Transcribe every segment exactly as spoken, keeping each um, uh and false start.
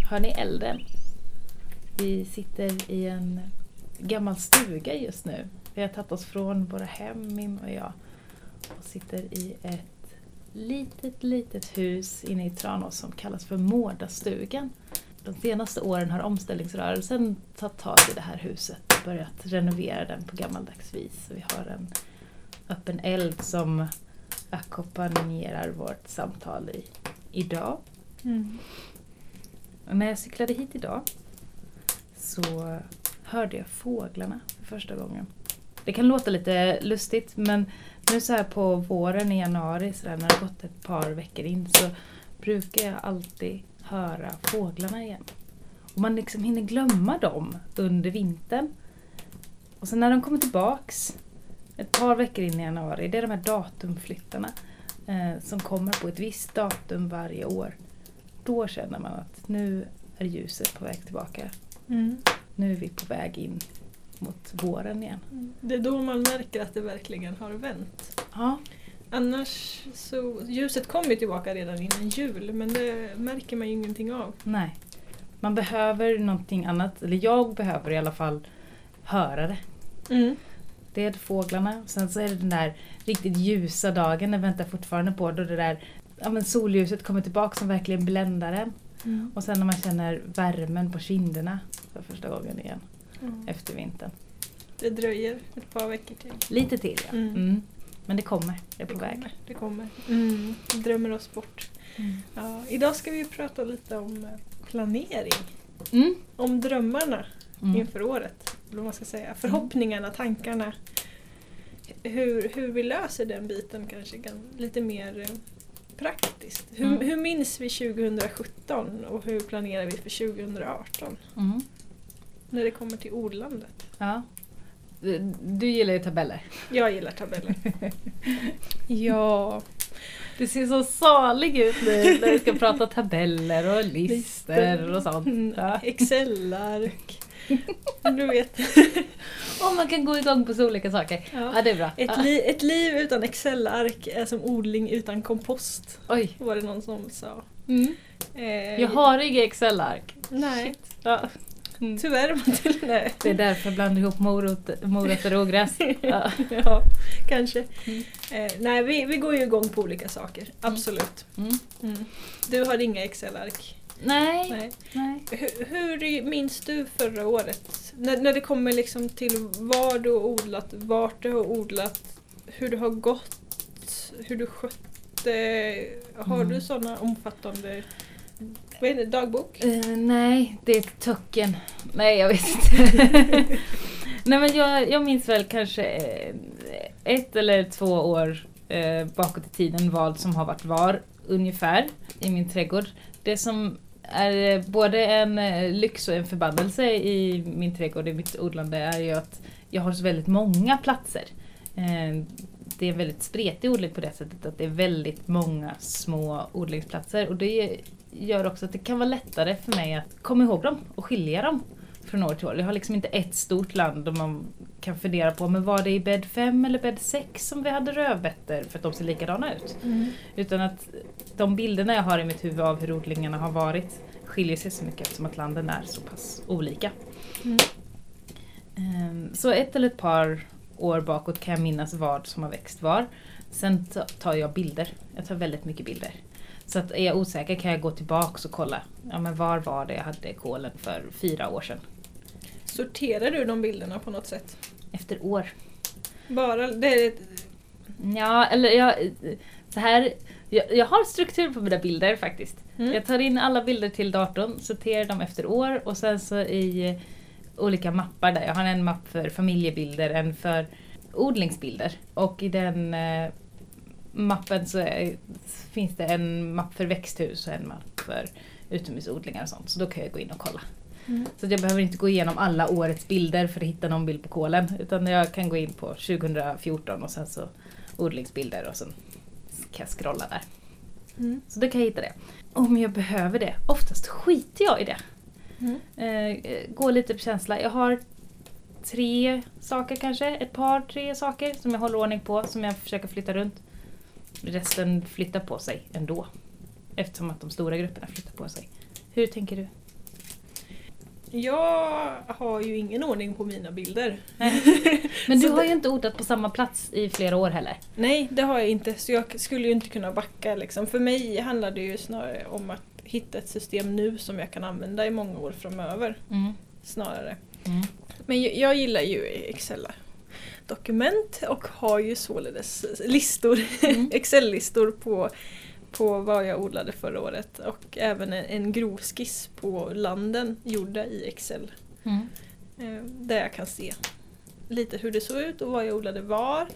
Hör ni elden? Vi sitter i en gammal stuga just nu. Vi har tagit oss från våra hem, Mim och jag. Och sitter i ett litet, litet hus inne i Tranås som kallas för Mårdastugan. De senaste åren har omställningsrörelsen tagit tag i det här huset och börjat renovera den på gammaldags vis. Vi har en öppen eld som ackompanjerar vårt samtal i, idag. Mm. Och när jag cyklade hit idag så hörde jag fåglarna för första gången. Det kan låta lite lustigt, men nu så här på våren i januari så där, när det har gått ett par veckor in så brukar jag alltid höra fåglarna igen. Och man liksom hinner glömma dem under vintern. Och sen när de kommer tillbaks ett par veckor in i januari, det är de här datumflyttarna eh, som kommer på ett visst datum varje år. Då känner man att nu är ljuset på väg tillbaka. Mm. Nu är vi på väg in mot våren igen. Mm. Det är då man märker att det verkligen har vänt. Ja. Annars så, ljuset kommer tillbaka redan innan jul, men det märker man ju ingenting av. Nej. Man behöver någonting annat, eller jag behöver i alla fall höra det. Mm. Det är fåglarna. Sen så är det den där riktigt ljusa dagen. Jag väntar fortfarande på då det där ja, men solljuset kommer tillbaka som verkligen bländar en. Mm. Och sen när man känner värmen på kinderna för första gången igen. Mm. Efter vintern. Det dröjer ett par veckor till. Lite till, ja. Mm. Mm. Men det kommer. Det är på det väg. Kommer, det kommer. Mm. Det drömmer oss bort. Mm. Ja, idag ska vi prata lite om planering. Mm. Om drömmarna mm. inför året. Eller vad man ska säga. Förhoppningarna, tankarna. Hur, hur vi löser den biten kanske lite mer praktiskt. Hur, mm. hur minns vi tjugohundrasjutton och hur planerar vi för tjugohundraarton? Mm. När det kommer till ordlandet. Ja. Du, du gillar ju tabeller. Jag gillar tabeller. Ja. Du ser så salig ut nu när du ska prata tabeller och lister och sånt. Ja. Excel-ark. Du vet. Och man kan gå igång på så olika saker. Ja, ja det är bra. Ett, ja. li- ett liv utan Excel-ark är som odling utan kompost. Oj. Var det någon som sa. Mm. Eh, jag har inga Excel-ark. Nej. Ja. Mm. Tyvärr man till det. Det är därför jag blandar ihop morot, morötter och gräs. Ja, ja kanske. Mm. Eh, nej, vi, vi går ju igång på olika saker. Absolut. Mm. Mm. Du har inga Excel-ark. Nej. nej. nej. Hur, hur minns du förra året? När, när det kommer liksom till vad du har odlat, vart du har odlat, hur det har gått, hur du skötte. Har mm. du sådana omfattande vad är det, dagbok? Uh, nej, det är töcken. Nej, jag vet inte. Nej, men jag, jag minns väl kanske ett eller två år eh, bakåt i tiden vad som har varit var ungefär i min trädgård. Det som är både en lyx och en förbannelse i min trädgård, i mitt odlande, är ju att jag har så väldigt många platser. Eh, det är en väldigt spretig odling på det sättet att det är väldigt många små odlingsplatser, och det gör också att det kan vara lättare för mig att komma ihåg dem och skilja dem från år till år. Jag har liksom inte ett stort land och man kan fundera på, men var det i bädd fem eller bädd sex som vi hade rödbetor för att de ser likadana ut? Mm. Utan att de bilderna jag har i mitt huvud av hur odlingarna har varit skiljer sig så mycket eftersom att landen är så pass olika. Mm. Um, så ett eller ett par år bakåt kan jag minnas vad som har växt var. Sen tar jag bilder. Jag tar väldigt mycket bilder. Så att är jag osäker kan jag gå tillbaka och kolla. Ja, men var var det jag hade kålen för fyra år sedan? Sorterar du de bilderna på något sätt? Efter år. Bara det är ett... Ja, eller jag, så här, jag, jag har struktur på mina bilder faktiskt. Mm. Jag tar in alla bilder till datorn, sorterar dem efter år och sen så i olika mappar där. Jag har en mapp för familjebilder, en för odlingsbilder. Och i den eh, mappen så är, finns det en mapp för växthus och en mapp för utomhusodlingar och sånt. Så då kan jag gå in och kolla. Mm. Så jag behöver inte gå igenom alla årets bilder för att hitta någon bild på kålen. Utan jag kan gå in på tjugohundrafjorton och sen så odlingsbilder och sen kan jag scrolla där. Mm. Så då kan jag hitta det. Om jag behöver det. Oftast skiter jag i det. Mm. Eh, går lite på känsla. Jag har tre saker kanske. Ett par, tre saker som jag håller ordning på. Som jag försöker flytta runt. Resten flyttar på sig ändå. Eftersom att de stora grupperna flyttar på sig. Hur tänker du? Jag har ju ingen ordning på mina bilder. Men du har ju inte odlat på samma plats i flera år heller. Nej, det har jag inte. Så jag skulle ju inte kunna backa. Liksom. För mig handlar det ju snarare om att hitta ett system nu som jag kan använda i många år framöver. Mm. Snarare. Mm. Men jag, jag gillar ju Excel-dokument och har ju således listor, mm. Excel-listor på, på vad jag odlade förra året. Och även en, en grov skiss på landen gjorda i Excel. Mm. Eh, där jag kan se lite hur det såg ut och vad jag odlade var.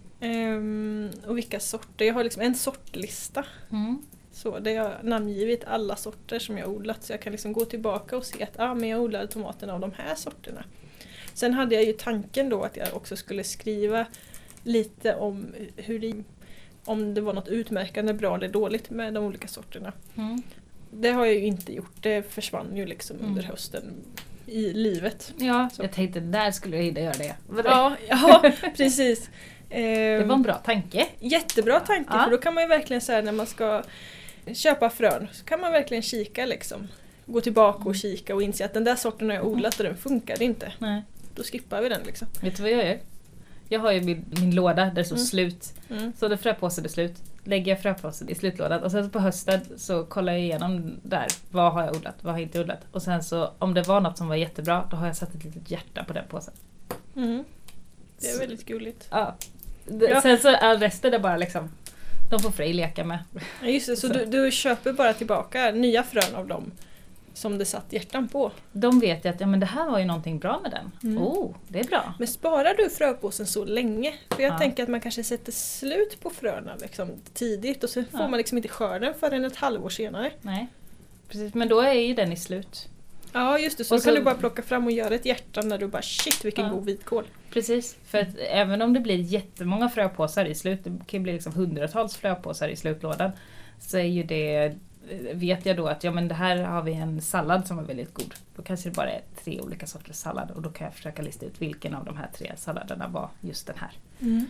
Um, och vilka sorter. Jag har liksom en sortlista. Mm. Så där jag har namngivit alla sorter som jag odlat. Så jag kan liksom gå tillbaka och se att ah, men jag odlade tomaterna av de här sorterna. Sen hade jag ju tanken då att jag också skulle skriva lite om hur det, om det var något utmärkande bra eller dåligt med de olika sorterna. Mm. Det har jag ju inte gjort. Det försvann ju liksom mm. under hösten i livet. Ja, så. Jag tänkte där skulle jag hinna göra det. Ja, ja, precis. Det var en bra tanke. Jättebra tanke, ja. För då kan man ju verkligen säga när man ska köpa frön så kan man verkligen kika liksom. Gå tillbaka och kika och inse att den där sorten har jag odlat och den funkade inte. Nej. Då skippar vi den liksom. Vet du vad jag gör? Jag har ju min, min låda där det står mm. slut. Mm. Så det fröpåsen är slut. Lägger jag fröpåsen i slutlådan och sen på hösten så kollar jag igenom där. Vad har jag odlat? Vad har jag inte odlat? Och sen så om det var något som var jättebra då har jag satt ett litet hjärta på den påsen. Mm. Det är väldigt gulligt. Ja. Ja. Sen så all resten är bara liksom de får Frej leka med. Ja, just det, så, så. Du, du köper bara tillbaka nya frön av dem som det satt hjärtan på. De vet ju att ja, men det här var ju någonting bra med den. Mm. Oh, det är bra. Men sparar du fröpåsen så länge? För jag ja. tänker att man kanske sätter slut på fröna liksom, tidigt och så får ja. man liksom inte skörden förrän ett halvår senare. Nej, precis. Men då är ju den i slut. Ja, just det. Så, och då kan så, du bara plocka fram och göra ett hjärta när du bara shit vilken ja. god vitkål. Precis, för att även om det blir jättemånga fröpåsar i slut, det kan bli liksom hundratals fröpåsar i slutlådan, så är ju det, vet jag då att ja men det här har vi en sallad som är väldigt god. Då kanske det bara är tre olika sorters sallad och då kan jag försöka lista ut vilken av de här tre salladerna var just den här. Mm.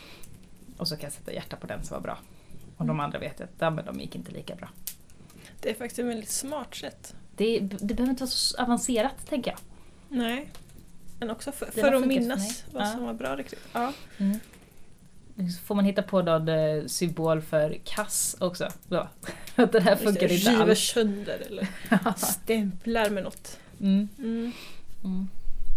Och så kan jag sätta hjärta på den som var bra. Och mm. de andra vet jag att ja, men de gick inte lika bra. Det är faktiskt ett väldigt smart sätt. Det, det behöver inte vara så avancerat, tänker jag. Nej. Men också för, för att minnas för vad ja. som var bra riktigt. Ja. Mm. Får man hitta på någon eh, symbol för kass också. Då. Att det här funkar inte alls. River sönder eller stämplar med något. Mm. Mm. Mm.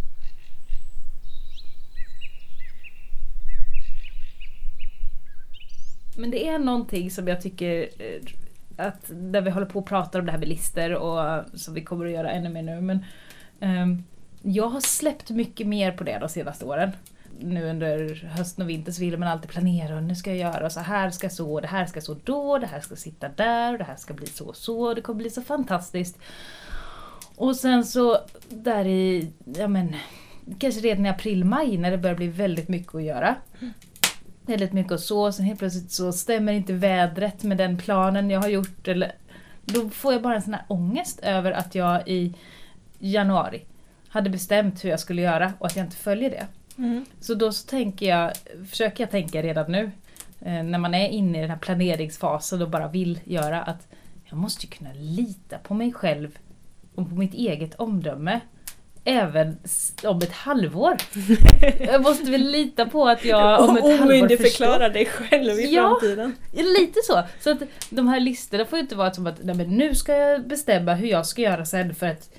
Men det är någonting som jag tycker att när vi håller på och pratar om det här med lister och som vi kommer att göra ännu mer nu. Men um, jag har släppt mycket mer på det de senaste åren. Nu under hösten och vintern så vill man alltid planera och nu ska jag göra så här ska så, det här ska så då, det här ska sitta där och det här ska bli så och så, det kommer bli så fantastiskt. Och sen så där i, ja men, kanske redan i april, maj när det börjar bli väldigt mycket att göra. Väldigt mycket och så, sen helt plötsligt så stämmer inte vädret med den planen jag har gjort. Eller, då får jag bara en sån här ångest över att jag i januari hade bestämt hur jag skulle göra och att jag inte följer det. Mm. Så då så tänker jag, försöker jag tänka redan nu eh, när man är inne i den här planeringsfasen och bara vill göra att jag måste ju kunna lita på mig själv och på mitt eget omdöme även om ett halvår. Jag måste väl lita på att jag om ett halvår förstår. Förklara dig själv i ja, framtiden. Lite så. Så att de här listorna får ju inte vara som att nej, men nu ska jag bestämma hur jag ska göra sen för att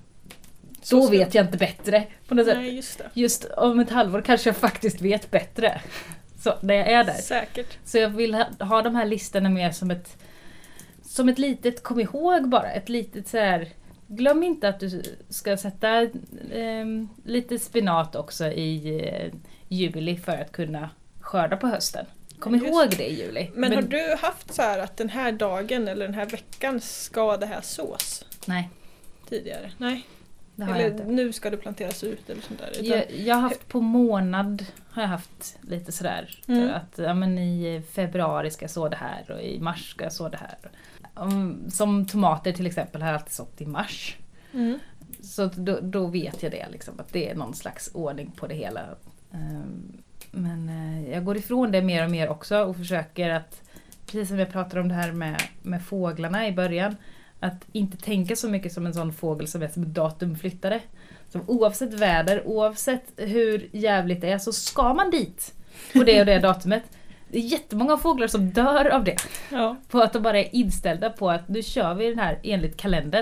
då så vet jag inte bättre. På något nej, just, det. just om ett halvår kanske jag faktiskt vet bättre. Så när jag är där. Säkert. Så jag vill ha, ha de här listorna mer som ett som ett litet, kom ihåg bara, ett litet så här. Glöm inte att du ska sätta eh, lite spinat också i eh, juli för att kunna skörda på hösten. Kom just ihåg det i juli. Men, Men har du haft så här att den här dagen eller den här veckan ska det här sås? Nej. Tidigare? Nej. Det har eller jag inte. Nu ska det planteras ut eller sånt där. Utan jag, jag har haft på månad har jag haft lite sådär. Mm. Att ja, men i februari ska jag så det här och i mars ska jag så det här. Som tomater till exempel har jag alltid sått i mars. Mm. Så då, då vet jag det liksom, att det är någon slags ordning på det hela. Men jag går ifrån det mer och mer också och försöker att, precis som jag pratade om det här med, med fåglarna i början, Att inte tänka så mycket som en sån fågel som är som datumflyttare. Som oavsett väder, oavsett hur jävligt det är, så ska man dit på det och det datumet. Det är jättemånga fåglar som dör av det. Ja. På att de bara är inställda på att nu kör vi den här enligt kalendern.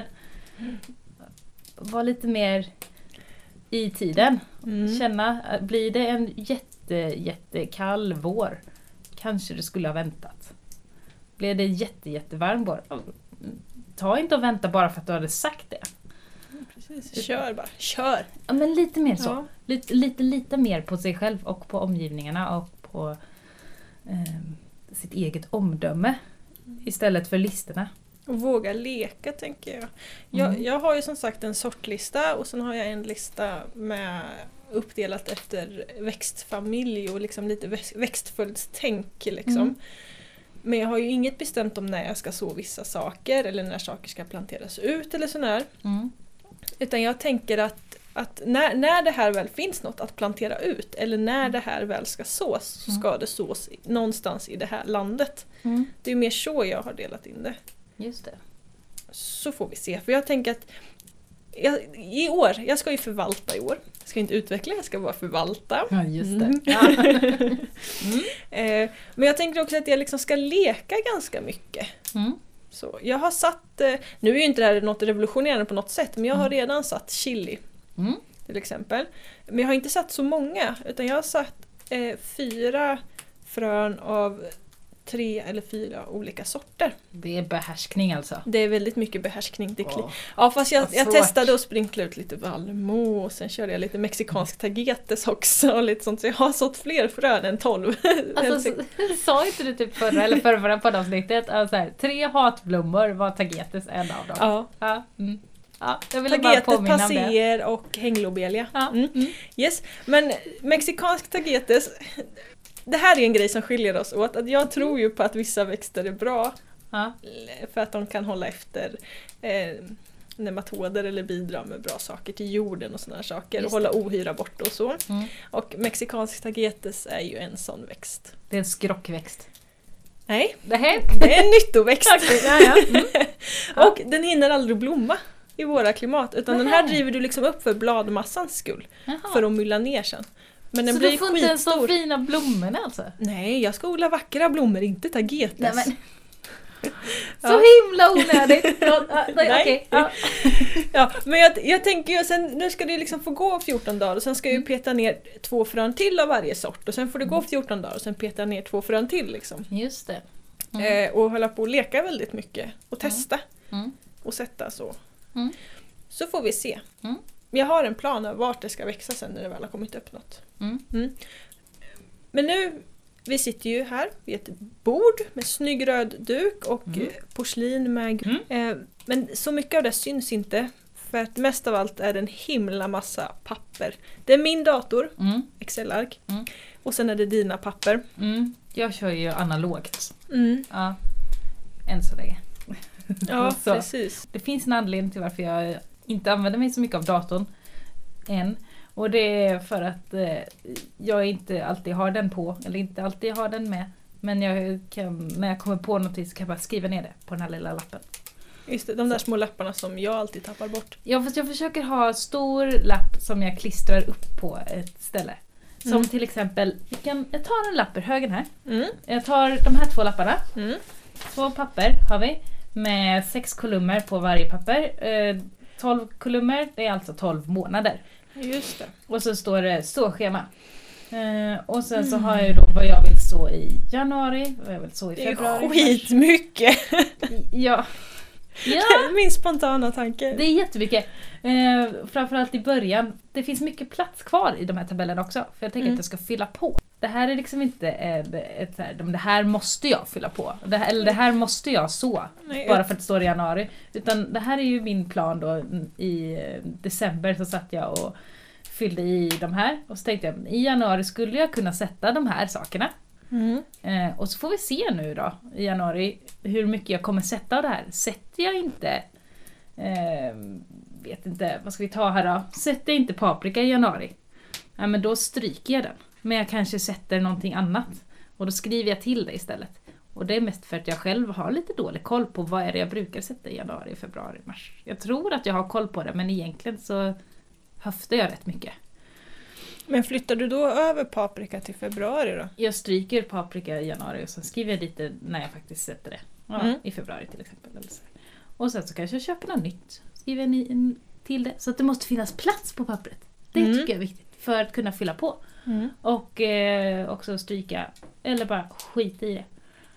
Var lite mer i tiden. Mm. Känna, blir det en jätte, jättekall vår, kanske du skulle ha väntat. Blir det jätte, jättevarm vår, ta inte och vänta bara för att du hade sagt det. Precis. Kör bara, kör! Ja, men lite mer så. Ja. Lite, lite, lite mer på sig själv och på omgivningarna och på eh, sitt eget omdöme istället för listorna. Och våga leka, tänker jag. Jag, Mm. jag har ju som sagt en sortlista och sen har jag en lista med uppdelat efter växtfamilj och liksom lite växt, växtföljdstänk liksom. Mm. Men jag har ju inget bestämt om när jag ska så vissa saker eller när saker ska planteras ut eller sådär. Mm. Utan jag tänker att, att när, när det här väl finns något att plantera ut eller när det här väl ska sås, så ska det sås någonstans i det här landet. Mm. Det är mer så jag har delat in det. Just det. Så får vi se. För jag tänker att jag, i år, jag ska ju förvalta i år. Jag ska inte utveckla, jag ska bara förvalta. Ja, just det. Mm. Ja. eh, men jag tänker också att jag liksom ska leka ganska mycket. Mm. Så jag har satt, eh, nu är ju inte det här något revolutionerande på något sätt, men jag har Mm. redan satt chili Mm. till exempel. Men jag har inte satt så många, utan jag har satt eh, fyra frön av tre eller fyra olika sorter. Det är behärskning alltså. Det är väldigt mycket behärskning. Det kli- Åh. Ja, fast jag, Vad jag svårt. testade att sprinkla ut lite vallmo och sen körde jag lite mexikansk tagetes också och lite sånt. Så jag har sått fler frön än tolv. Alltså, så, sa inte du typ förra eller förra, förra poddavsnittet att så här, tre hatblommor var tagetes en av dem? Ja, Ja, mm. Ja, jag ville bara tagetes, påminna om det. passéer och hänglobelia. Ja, Mm. mm. Yes. Men mexikansk tagetes, det här är en grej som skiljer oss åt. Att jag tror ju på att vissa växter är bra Ja. för att de kan hålla efter eh, nematoder eller bidra med bra saker till jorden och sådana saker. Just Och hålla ohyra borta och så. Mm. Och mexikansk tagetes är ju en sån växt. Det är en skrockväxt. Nej, Det här? det är en nyttoväxt. Ja, ja. Mm. Ja. Och den hinner aldrig blomma i våra klimat. Utan den här driver du liksom upp för bladmassans skull. Jaha. För att mylla ner sen. Men den Så blir du får inte ens skitstor. så fina blommorna alltså? Nej, jag ska odla vackra blommor, inte tagetes. Nej, men. Så Ja. himla onödigt! Ja, nej, Nej. okej. Ja. Ja, men jag, jag tänker ju sen, nu ska det liksom få gå fjorton dagar och sen ska jag ju peta ner två frön till av varje sort och sen får det gå fjorton dagar och sen peta ner två frön till liksom. Just det. Mm. Eh, och hålla på och leka väldigt mycket och testa Mm. och sätta så. Mm. Så får vi se. Mm. Jag har en plan över vart det ska växa sen när det väl har kommit upp något. Mm. Mm. Men nu, vi sitter ju här vid ett bord med snygg röd duk och Mm. eh, porslin med... Mm. Eh, men så mycket av det syns inte. För att mest av allt är det en himla massa papper. Det är min dator, Mm. Excel-ark. Mm. Och sen är det dina papper. Mm. Jag kör ju analogt. Mm. Ja. Än så länge. Ja, Så. precis. Det finns en anledning till varför jag inte använder mig så mycket av datorn än. Och det är för att eh, jag inte alltid har den på, eller inte alltid har den med. Men jag kan, när jag kommer på någonting så kan jag bara skriva ner det på den här lilla lappen. Just det, de där små lapparna som jag alltid tappar bort. Ja, fast jag försöker ha stor lapp som jag klistrar upp på ett ställe. Som Mm. till exempel, jag, kan, jag tar en lapp ur högen här. Mm. Jag tar de här två lapparna. Mm. Två papper har vi. Med sex kolumner på varje papper. Eh, tolv kolumner, det är alltså tolv månader. Just det. Och så står det såschema. Eh, och sen så har jag ju då vad jag vill så i januari, vad jag vill så i Det är februari. ju skitmycket. Ja. Det Ja, är min spontana tanke. det är jättemycket. Eh, framförallt i början. Det finns mycket plats kvar i de här tabellerna också. För jag tänker Mm. att jag ska fylla på. Det här är liksom inte ett, ett, ett det här måste jag fylla på. Det här, eller det här måste jag så. Nej, Bara för att det står i januari. Utan det här är ju min plan då. I december så satt jag och fyllde i de här. Och så tänkte jag, i januari skulle jag kunna sätta de här sakerna. Mm. Eh, och så får vi se nu då, i januari, hur mycket jag kommer sätta av det här. Sätter jag inte, eh, vet inte, vad ska vi ta här då? Sätter jag inte paprika i januari, ja, men då stryker jag den. Men jag kanske sätter någonting annat. Och då skriver jag till det istället. Och det är mest för att jag själv har lite dålig koll på vad är det jag brukar sätta i januari, februari, mars. Jag tror att jag har koll på det, men egentligen så höftar jag rätt mycket. Men flyttar du då över paprika till februari då? Jag stryker paprika i januari och sen skriver jag dit det när jag faktiskt sätter det. Ja, mm. I februari till exempel. Eller så. Och sen så kanske jag köper något nytt. Skriver en, en till det. Så att det måste finnas plats på pappret. Det mm. tycker jag är viktigt för att kunna fylla på. Mm. Och eh, också stryka. Eller bara skita i det.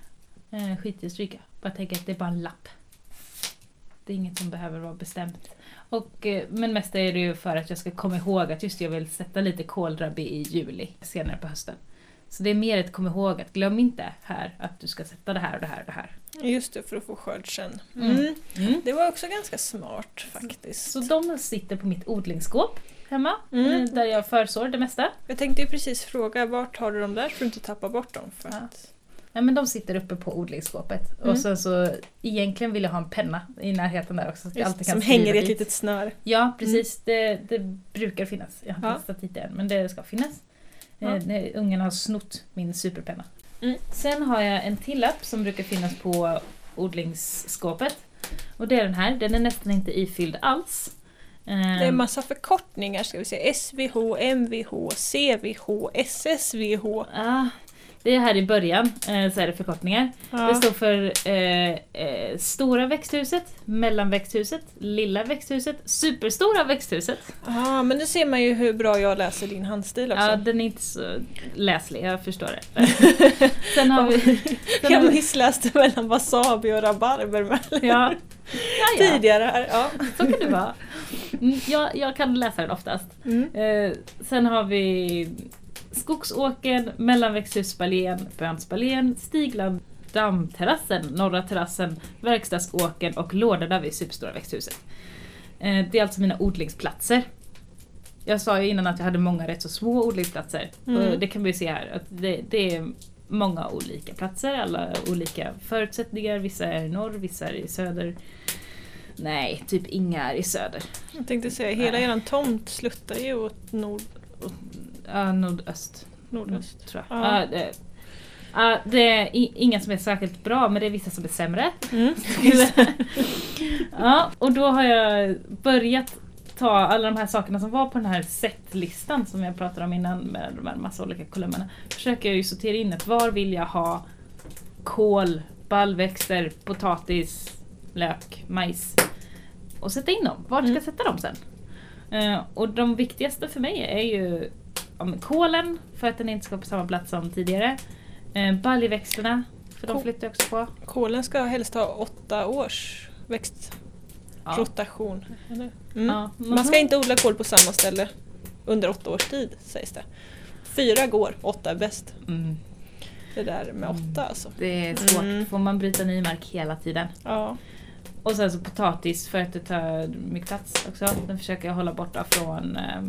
Eh, skit i att stryka. Bara tänka att det är bara en lapp. Det är inget som behöver vara bestämt. Och, eh, men mest är det ju för att jag ska komma ihåg att just jag vill sätta lite kålrabbi i juli. Senare på hösten. Så det är mer ett kom ihåg att glöm inte här att du ska sätta det här och det här och det här. Just det, för att få skörd sen. Mm. Mm. Mm. Det var också ganska smart faktiskt. Så, så de sitter på mitt odlingsskåp hemma, mm. där jag försår det mesta. Jag tänkte ju precis fråga, vart har du dem där för att inte tappa bort dem? För ja. att... ja, men de sitter uppe på odlingsskåpet. Mm. Och sen så, egentligen vill jag ha en penna i närheten där också. Så Just, alltid kan som hänger i ett litet snör. Ja, precis. Mm. Det, det brukar finnas. Jag har inte ja. testat lite än, men det ska finnas. Ja. Eh, ungen har snott min superpenna. Mm. Sen har jag en till lapp som brukar finnas på odlingsskåpet. Och det är den här. Den är nästan inte ifylld alls. Det är en massa förkortningar, ska vi se. S V H, M V H, C V H, S S V H. Ah, det är här i början, eh, så är det förkortningar. Ja. Det står för eh, eh, stora växthuset, mellanväxthuset, lilla växthuset, superstora växthuset. Ja, men nu ser man ju hur bra jag läser din handstil också. Ja, den är inte så läslig, jag förstår det. Sen har vi... Sen jag har vi... missläste mellan wasabi och rabarber. Ja. Ja, ja. Tidigare här, ja. Så kan det vara. Mm, jag, jag kan läsa den oftast. Mm. Eh, sen har vi... Skogsåken, mellanväxthusspalén, bönspalén, Stigland, dammterrassen, norra terrassen, verkstadsåken och lådorna vid superstora växthuset. Eh, det är alltså mina odlingsplatser. Jag sa ju innan att jag hade många rätt så små odlingsplatser. Mm. Och det kan vi se här. Att det, det är många olika platser, alla olika förutsättningar. Vissa är i norr, vissa är i söder. Nej, typ inga är i söder. Jag tänkte säga, hela Nej. eran tomt sluttar ju åt nord... Ja, nordöst. Nordöst, tror jag. Ja. Ja, det, ja, det är inga som är särskilt bra, men det är vissa som är sämre. Mm. Ja, och då har jag börjat ta alla de här sakerna som var på den här setlistan som jag pratade om innan med de här massa olika kolumnerna. Försöker jag ju sortera in att var vill jag ha kål, baljväxter, potatis, lök, majs och sätta in dem. Var ska jag mm. sätta dem sen? Uh, och de viktigaste för mig är ju um, kålen, för att den inte ska på samma plats som tidigare. Uh, baljväxterna, för de flyttar jag också på. Kålen ska helst ha åtta års växtrotation. Ja. Mm. Ja. Man ska inte odla kål på samma ställe under åtta års tid, sägs det. Fyra går, åtta är bäst. Mm. Det där med åtta alltså. Det är svårt, mm. får man bryta ny mark hela tiden. Ja. Och sen så potatis för att det tar mycket plats också. Den försöker jag hålla borta från, eh,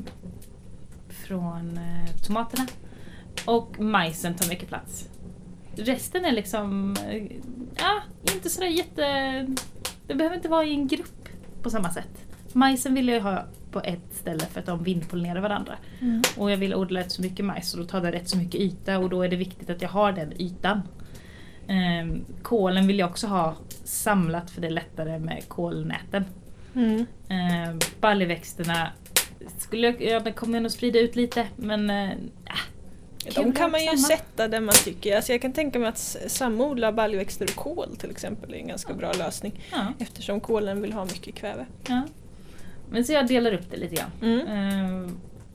från eh, tomaterna. Och majsen tar mycket plats. Resten är liksom, eh, ja, inte sådär jätte... Det behöver inte vara i en grupp på samma sätt. Majsen vill jag ha på ett ställe för att de vindpollinerar varandra. Mm. Och jag vill odla rätt så mycket majs och då tar det rätt så mycket yta. Och då är det viktigt att jag har den ytan. Eh, kålen vill jag också ha samlat för det är lättare med kolnäten. Mm. Eh, baljväxterna skulle jag, ja, det kommer jag nog sprida ut lite, men äh, de kan man ju samma. sätta där man tycker. Alltså jag kan tänka mig att samodla baljväxter och kål till exempel är en ganska ja. bra lösning. Ja. Eftersom kålen vill ha mycket kväve. Ja. Men så jag delar upp det lite grann. Mm. Eh,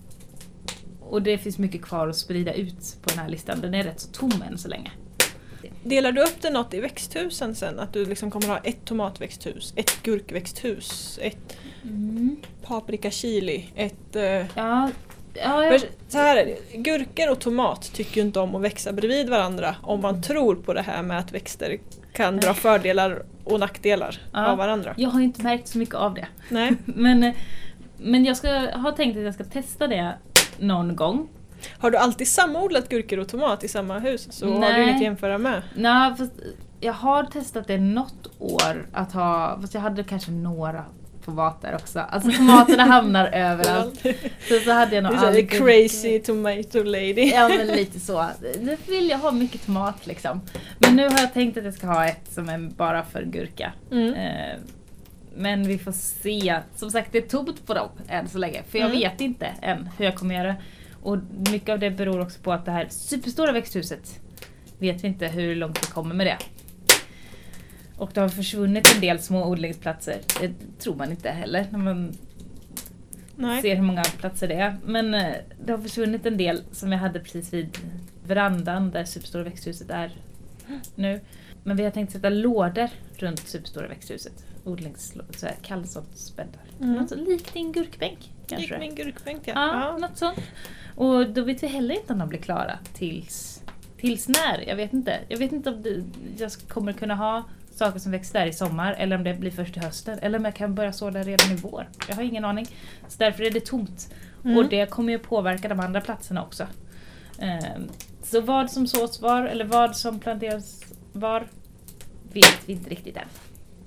och det finns mycket kvar att sprida ut på den här listan. Den är rätt så tom än så länge. Delar du upp det något i växthusen sen? Att du liksom kommer ha ett tomatväxthus, ett gurkväxthus, ett mm. paprika chili, ett... Uh... Ja, ja, ja. Så här är det. Gurkor och tomat tycker ju inte om att växa bredvid varandra om man tror på det här med att växter kan dra fördelar och nackdelar ja. av varandra. Jag har inte märkt så mycket av det. Nej. men, men jag ska, har tänkt att jag ska testa det någon gång. Har du alltid samodlat gurkor och tomat i samma hus så Nej. har du inget att jämföra med? Nej, fast jag har testat det något år att ha, fast jag hade kanske några tomater också. Alltså tomaterna hamnar överallt. Så, så hade jag nog aldrig... Crazy tomato lady. Ja, men lite så. Nu vill jag ha mycket tomat liksom. Men nu har jag tänkt att jag ska ha ett som är bara för gurka. Mm. Eh, men vi får se. Som sagt, det är tomt på dem än så länge. För jag mm. vet inte än hur jag kommer göra. Och mycket av det beror också på att det här superstora växthuset vet vi inte hur långt vi kommer med det. Och det har försvunnit en del små odlingsplatser. Det tror man inte heller när man Nej. ser hur många platser det är. Men det har försvunnit en del som jag hade precis vid verandan där superstora växthuset är nu. Men vi har tänkt sätta lådor runt superstora växthuset. Odlings, så här, kallsortsbäddar. Mm. Något så likt din gurkbänk. Kanske. Likt min gurkbänk, ja. Ja, ja, något sånt. Och då vet vi heller inte om de blir klara tills, tills när. Jag vet inte. Jag vet inte om det, jag kommer kunna ha saker som växer där i sommar. Eller om det blir först i hösten. Eller om jag kan börja så där redan i vår. Jag har ingen aning. Så därför är det tomt. Mm. Och det kommer ju påverka de andra platserna också. Um, så vad som sås var. Eller vad som planteras var. Vet vi inte riktigt än.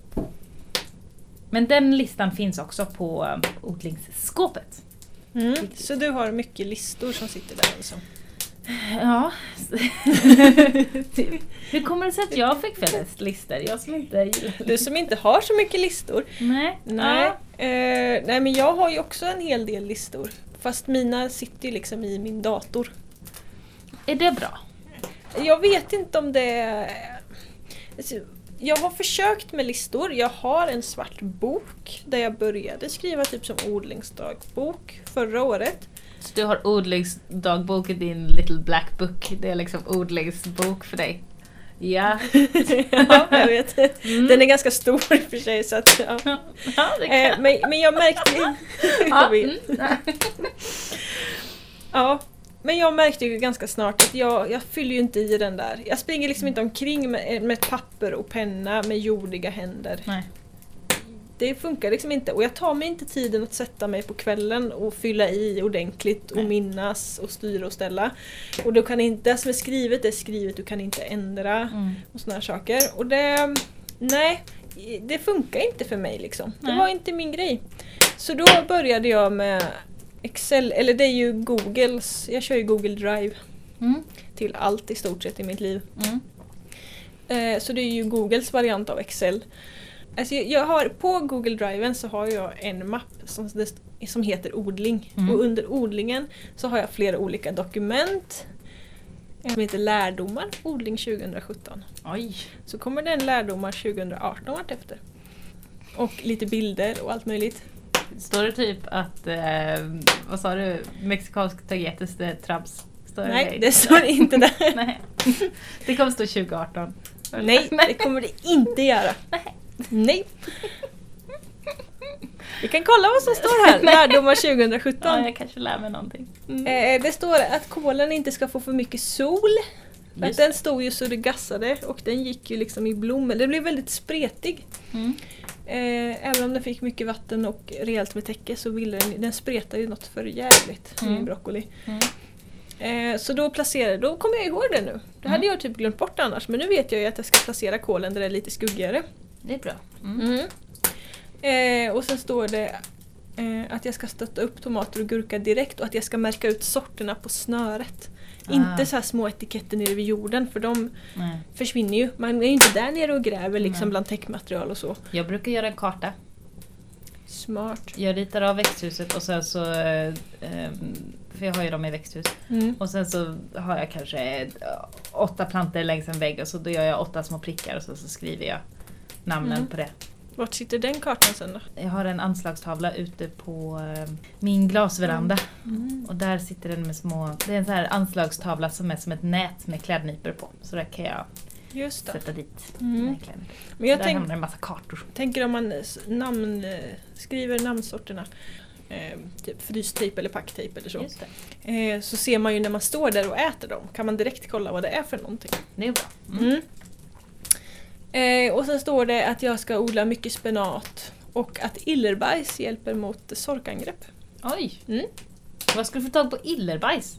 Men den listan finns också på um, odlingsskåpet. Mm. Så du har mycket listor som sitter där liksom? Ja. Hur kommer det sig att jag fick flest listor? Jag som inte... Du som inte har så mycket listor. Nej. Nej. Ja. Eh, nej men jag har ju också en hel del listor. Fast mina sitter ju liksom i min dator. Är det bra? Jag vet inte om det är... Jag har försökt med listor. Jag har en svart bok där jag började skriva typ som odlingsdagbok förra året. Så du har odlingsdagbok i din little black book. Det är liksom odlingsbok för dig. Ja. Ja, jag vet. Mm. Den är ganska stor i och för sig. Så att, ja. Ja, det kan. Eh, men, men jag märkte... Ja, mm. Ja. Men jag märkte ju ganska snart att jag, jag fyller ju inte i den där. Jag springer liksom inte omkring med, med ett papper och penna med jordiga händer. Nej. Det funkar liksom inte. Och jag tar mig inte tiden att sätta mig på kvällen och fylla i ordentligt och Nej. minnas och styra och ställa. Och då kan inte, det som är skrivet är skrivet, du kan inte ändra mm. och såna här saker. Och det, nej, det funkar inte för mig liksom. Nej. Det var inte min grej. Så då började jag med Excel, eller det är ju Googles, jag kör ju Google Drive mm. till allt i stort sett i mitt liv. Mm. Eh, så det är ju Googles variant av Excel. Alltså jag, jag har, på Google Driven så har jag en mapp som, som heter odling. Mm. Och under odlingen så har jag flera olika dokument. En som heter lärdomar, odling tjugohundrasjutton. Oj. Så kommer den lärdomar tjugohundraarton vart efter. Och lite bilder och allt möjligt. Står det typ att, eh, vad sa du, mexikansk tagetes det trams? Står det Nej, det, det står inte där. Nej. Det kommer stå tjugoarton. Nej, det kommer det inte göra. Nej. Nej. Vi kan kolla vad som står här. Lärdomar tjugohundrasjutton. Ja, jag kanske lär mig någonting. Mm. Eh, det står att kålen inte ska få för mycket sol. Att den stod ju så det gassade och den gick ju liksom i blommor. Det blev väldigt spretig. Mm. Eh, även om den fick mycket vatten och rejält med täcke så ville den, den spreta ju något för jävligt mm. med broccoli. Mm. Eh, så då placerade, då kommer jag ihåg det nu. Det mm. hade jag typ glömt bort annars, men nu vet jag ju att jag ska placera kålen där det är lite skuggigare. Det är bra. Mm. Mm. Eh, och sen står det eh, att jag ska stötta upp tomater och gurka direkt och att jag ska märka ut sorterna på snöret. Ah. Inte så här små etiketter nere vid jorden för de Nej. försvinner ju. Man är ju inte där nere och gräver liksom Nej. bland täckmaterial och så. Jag brukar göra en karta. Smart. Jag ritar av växthuset och sen så eh, för jag har ju dem i växthus. Mm. Och sen så har jag kanske åtta planter längs en vägg och så då gör jag åtta små prickar och så, så skriver jag namnen mm. på det. Vart sitter den kartan sen då? Jag har en anslagstavla ute på eh, min glasveranda. Mm. Och där sitter den med små... Det är en sån här anslagstavla som är som ett nät med klädnypor på. Så där kan jag Just det. sätta dit mm. Men jag där tänk, hamnar en massa kartor. Tänker om man namn, skriver namnsorterna. Eh, typ frystejp eller packtejp eller så. Just det. Eh, så ser man ju när man står där och äter dem. Kan man direkt kolla vad det är för någonting. Det är bra. Mm. Mm. Eh, och sen står det att jag ska odla mycket spenat och att illerbajs hjälper mot sorkangrepp. Oj! Mm. Vad ska du få tag på illerbajs?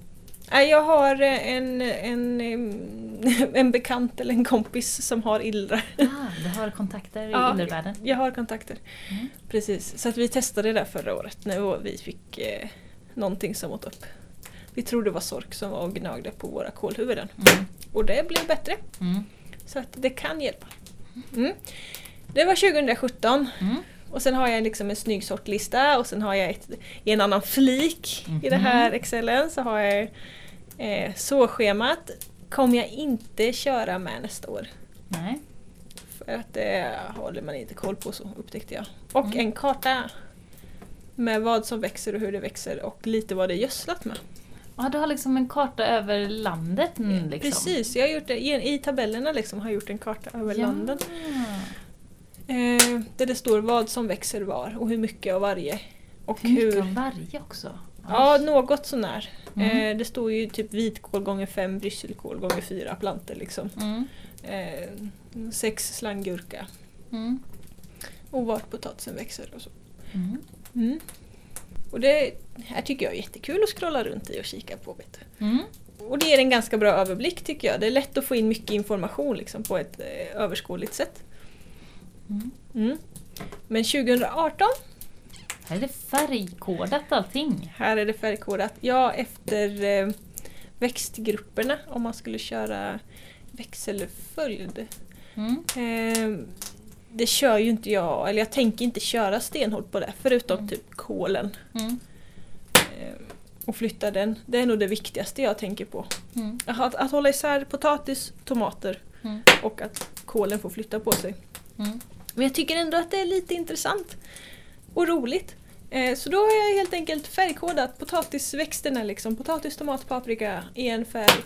Jag har en, en, en bekant eller en kompis som har illrar. Ah, du har kontakter i ja, illervärlden? Jag har kontakter. Mm. Precis. Så att vi testade det där förra året när vi fick eh, någonting som åt upp. Vi trodde det var sork som var och gnagde på våra kålhuvuden. Mm. Och det blev bättre. Mm. Så att det kan hjälpa. Mm. Det var tjugohundrasjutton. Mm. Och sen har jag liksom en snygg sortlista och sen har jag ett, i en annan flik mm-hmm. i det här Excelen så har jag eh, såschemat. Kommer jag inte köra med nästa år. Nej. För att det håller man inte koll på, så upptäckte jag. Och mm. en karta med vad som växer och hur det växer och lite vad det är gödslat med. Ja, du har liksom en karta över landet. Mm, liksom. Precis, jag har gjort det i, i tabellerna liksom, har jag gjort en karta över ja. landet. Eh, där det står vad som växer var och hur mycket av varje. Och hur mycket hur... av varje också? Ja, något sånär. Mm. Eh, det står ju typ vitkål gånger fem, brysselkål gånger fyra planter liksom. Mm. Eh, sex slanggurka. Mm. Och vart potatisen växer och så. Mm. Mm. Och det här tycker jag är jättekul att scrolla runt i och kika på. Vet du. Mm. Och det är en ganska bra överblick tycker jag. Det är lätt att få in mycket information liksom, på ett eh, överskådligt sätt. Mm. Mm. Men tjugohundraarton här är det färgkodat allting. Här är det färgkodat. Ja, efter eh, växtgrupperna om man skulle köra växelföljd. Mm. Eh, det kör ju inte jag, eller jag tänker inte köra stenhårt på det förutom mm. typ kålen. Mm. Eh, och flytta den. Det är nog det viktigaste jag tänker på. Mm. Att, att hålla isär potatis, tomater mm. och att kålen får flytta på sig. Mm. Men jag tycker ändå att det är lite intressant och roligt. Eh, så då har jag helt enkelt färgkodat potatisväxterna. Liksom. Potatis, tomat, paprika i en färg.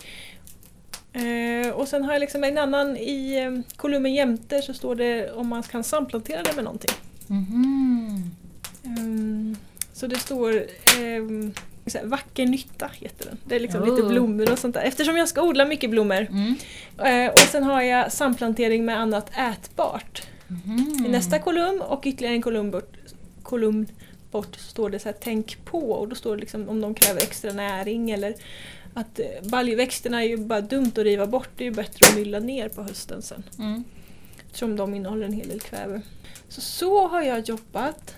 Eh, och sen har jag liksom en annan i eh, kolumnen jämte så står det om man kan samplantera det med någonting. Mm-hmm. Um, så det står eh, såhär, vacker nytta heter den. Det är liksom oh. lite blommor och sånt där. Eftersom jag ska odla mycket blommor. Mm. Eh, och sen har jag samplantering med annat ätbart. Mm. I nästa kolumn och ytterligare en kolumn bort, kolumn bort står det så här tänk på och då står det liksom om de kräver extra näring eller att eh, baljväxterna är ju bara dumt att riva bort, det är ju bättre att mylla ner på hösten sen. Mm. Eftersom de innehåller en hel del kväve. Så så har jag jobbat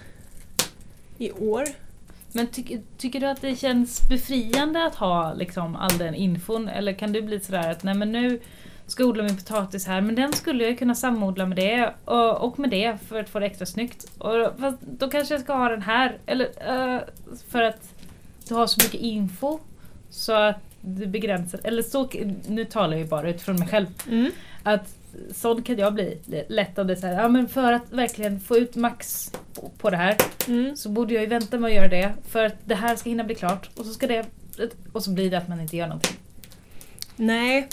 i år. Men ty- tycker du att det känns befriande att ha liksom all den infon eller kan du bli sådär att nej men nu ska odla min potatis här, men den skulle jag kunna samodla med det och, och med det för att få det extra snyggt. Och fast då kanske jag ska ha den här, eller uh, för att du har så mycket info så att du begränsar, eller så, nu talar jag ju bara utifrån mig själv, mm. att sån kan jag bli lätt av det så här, ja men för att verkligen få ut max på, på det här mm. så borde jag ju vänta med att göra det för att det här ska hinna bli klart och så ska det, och så blir det att man inte gör någonting. Nej.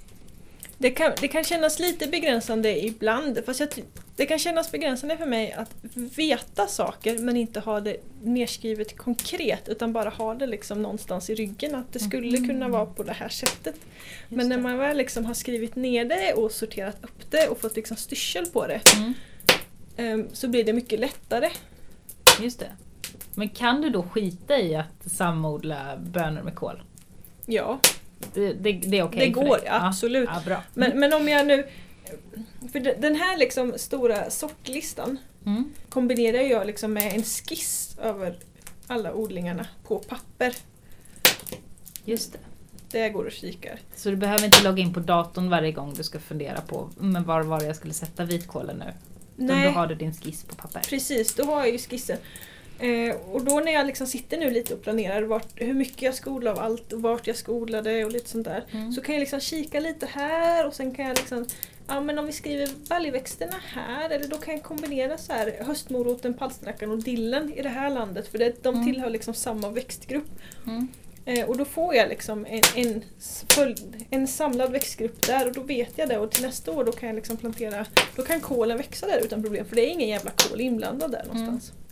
Det kan, det kan kännas lite begränsande ibland. Fast jag, det kan kännas begränsande för mig att veta saker men inte ha det nedskrivet konkret utan bara ha det liksom någonstans i ryggen att det skulle mm. kunna vara på det här sättet. Just men när man väl liksom har skrivit ner det och sorterat upp det och fått liksom styrsel på det mm. um, så blir det mycket lättare. Just det. Men kan du då skita i att samodla bönor med kål? Ja. Det, det, det är okej Det går, absolut. Ja, bra. Men, men om jag nu... För den här liksom stora sortlistan mm. kombinerar jag liksom med en skiss över alla odlingarna på papper. Just det. Det går och kikar. Så du behöver inte logga in på datorn varje gång du ska fundera på men var var jag skulle sätta vitkålen nu? Nej. Då har du din skiss på papper. Precis, då har jag ju skissen. Eh, och då när jag liksom sitter nu lite och planerar vart, hur mycket jag ska odla av allt och vart jag ska odla det och lite sånt där. Mm. Så kan jag liksom kika lite här och sen kan jag liksom, ja men om vi skriver baljväxterna här eller då kan jag kombinera så här höstmoroten, palsternackan och dillen i det här landet för det, de mm. tillhör liksom samma växtgrupp. Mm. Eh, och då får jag liksom en, en, följd, en samlad växtgrupp där och då vet jag det och till nästa år då kan jag liksom plantera, då kan kålen växa där utan problem för det är ingen jävla kål inblandad där någonstans. Mm.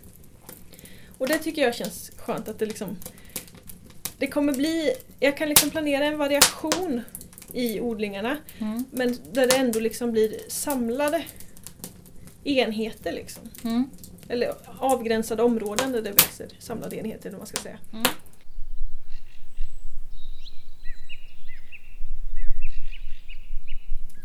Och det tycker jag känns skönt att det liksom det kommer bli, jag kan liksom planera en variation i odlingarna mm. men där det ändå liksom blir samlade enheter liksom. Mm. Eller avgränsade områden där det växer samlade enheter, om man ska säga. Mm.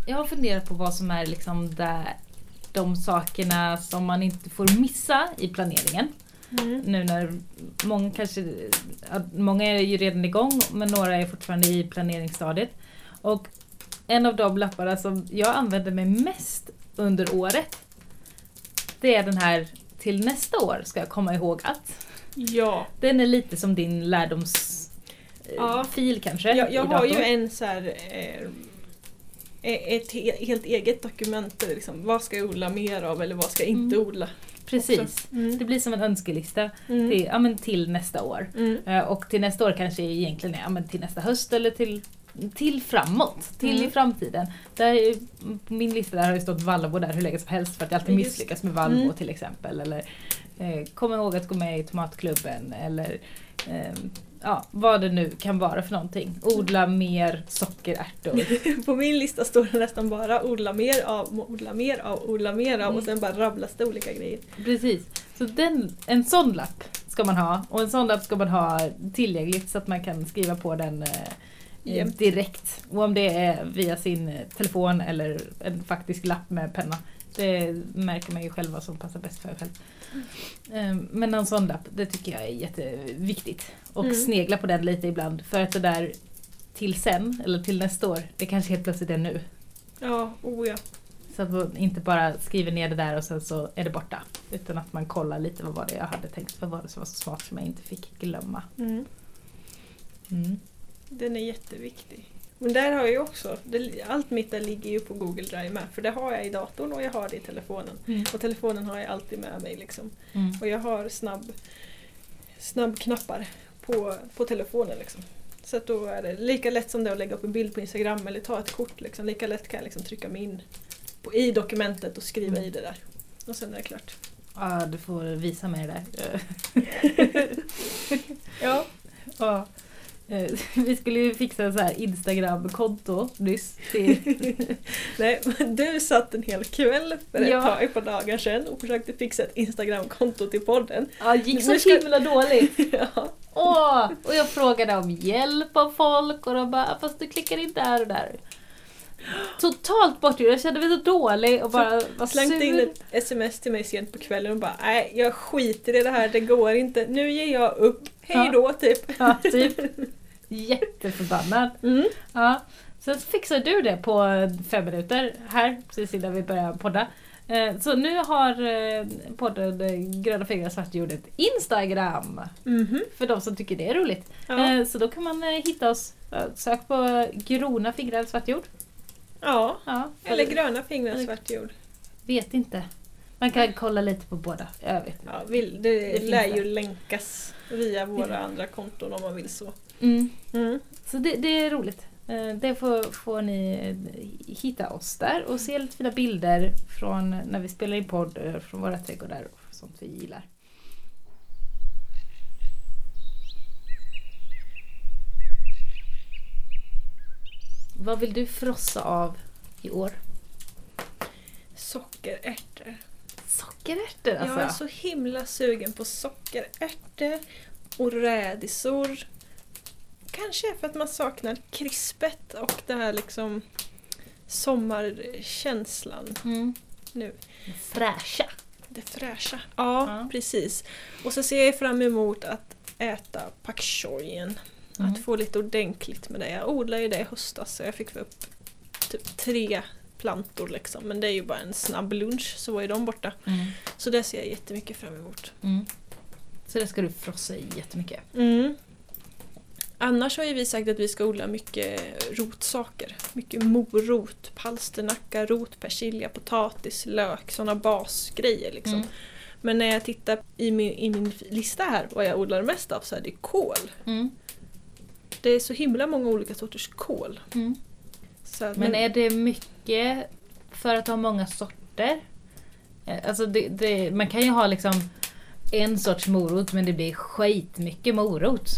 jag har funderat på vad som är liksom där, de sakerna som man inte får missa i planeringen. Mm. Nu när många kanske, många är ju redan igång, men några är fortfarande i planeringsstadiet. Och en av de lapparna som jag använder mig mest under året, det är den här till nästa år ska jag komma ihåg att. Ja. Den är lite som din lärdomsfil ja. kanske. Jag, jag har ju en så här, eh, ett helt eget dokument. Liksom, vad ska jag odla mer av eller vad ska jag inte mm. odla? Precis. Mm. Det blir som en önskelista mm. till, ja, men till nästa år. Mm. Uh, och till nästa år kanske egentligen är ja, men till nästa höst eller till, till framåt. Till mm. i framtiden. Där, på min lista där har det stått Vallabo där hur länge som helst för att jag alltid Just. misslyckas med Vallabo mm. till exempel. Eller eh, kom ihåg att gå med i tomatklubben. Eller eh, ja, vad det nu kan vara för någonting. Odla mer sockerärtor. På min lista står det nästan bara odla mer av, odla mer av, odla mer av mm. och sen bara rabblas det olika grejer. Precis. Så den, en sån lapp ska man ha. Och en sån lapp ska man ha tillgängligt så att man kan skriva på den eh, yep. direkt. Och om det är via sin telefon eller en faktisk lapp med penna. Det märker man ju själv vad som passar bäst för en själv. Mm. Men en sån lapp, det tycker jag är jätteviktigt. Och mm. snegla på den lite ibland. För att det där till sen, eller till nästa år, det kanske helt plötsligt är nu. Ja, oh ja. Så att man inte bara skriver ner det där och sen så är det borta. Utan att man kollar lite vad var det jag hade tänkt. Vad var det som var så smart som jag inte fick glömma. Mm. Mm. Den är jätteviktig. Men där har jag också, det, allt mitt där ligger ju på Google Drive med. För det har jag i datorn och jag har det i telefonen. Mm. Och telefonen har jag alltid med mig liksom. Mm. Och jag har snabb, snabb knappar på, på telefonen liksom. Så att då är det lika lätt som det att lägga upp en bild på Instagram eller ta ett kort liksom. Lika lätt kan jag liksom trycka mig in på, i dokumentet och skriva mm. i det där. Och sen är det klart. Ja, du får visa mig det där. Ja. Ja. Vi skulle ju fixa en så här Instagram-konto nyss. Nej, du satt en hel kväll för ett ja. par, ett par dagar sedan och försökte fixa ett Instagram-konto till podden. Ja, gick så ska... himla dåligt. Ja. Åh, och jag frågade om hjälp av folk och de bara, fast du klickar in där och där. Totalt bort, jag kände mig så dålig och bara var slängde sur. In ett sms till mig sent på kvällen och bara, nej, jag skiter i det här, det går inte. Nu ger jag upp. Hej då, ja. typ. Ja, typ. Jätteförbannad. Mm. Ja. Sen fixar du det på fem minuter här, precis innan vi börjar podda. Så nu har podden Gröna fingrar svartjord ett Instagram. Mm-hmm. För de som tycker det är roligt. Ja. Så då kan man hitta oss. Sök på grona fingrar svartjord. Ja, ja. Eller gröna fingrar svartjord. Vet inte. Man kan kolla lite på båda. Jag vet. Ja, vill, det, det lär ju länkas via våra andra konton om man vill så. Mm. Mm. Så det, det är roligt. Det får, får ni hitta oss där och se lite fina bilder från när vi spelar in podd från våra trädgårdar och sånt vi gillar. Vad vill du frossa av i år? Sockerärtor. Sockerärtor alltså? Jag är så himla sugen på sockerärtor och rädisor. Kanske för att man saknar krispet och det här liksom sommarkänslan mm. nu. Det fräscha. Det fräscha, ja, ja precis. Och så ser jag fram emot att äta pak choyen. Mm. Att få lite ordentligt med det. Jag odlade ju det i höstas så jag fick få upp typ tre plantor liksom. Men det är ju bara en snabb lunch så var ju de borta. Mm. Så det ser jag jättemycket fram emot. Mm. Så det ska du frossa i jättemycket? Mm. Annars har ju vi sagt att vi ska odla mycket rotsaker. Mycket morot, palsternacka, rot, persilja, potatis, lök. Sådana basgrejer liksom. Mm. Men när jag tittar i min, i min lista här vad jag odlar mest av så är det kål. Mm. Det är så himla många olika sorters kål. Mm. Så att, men, men är det mycket för att ha många sorter? Alltså det, det, man kan ju ha liksom en sorts morot men det blir skitmycket morot.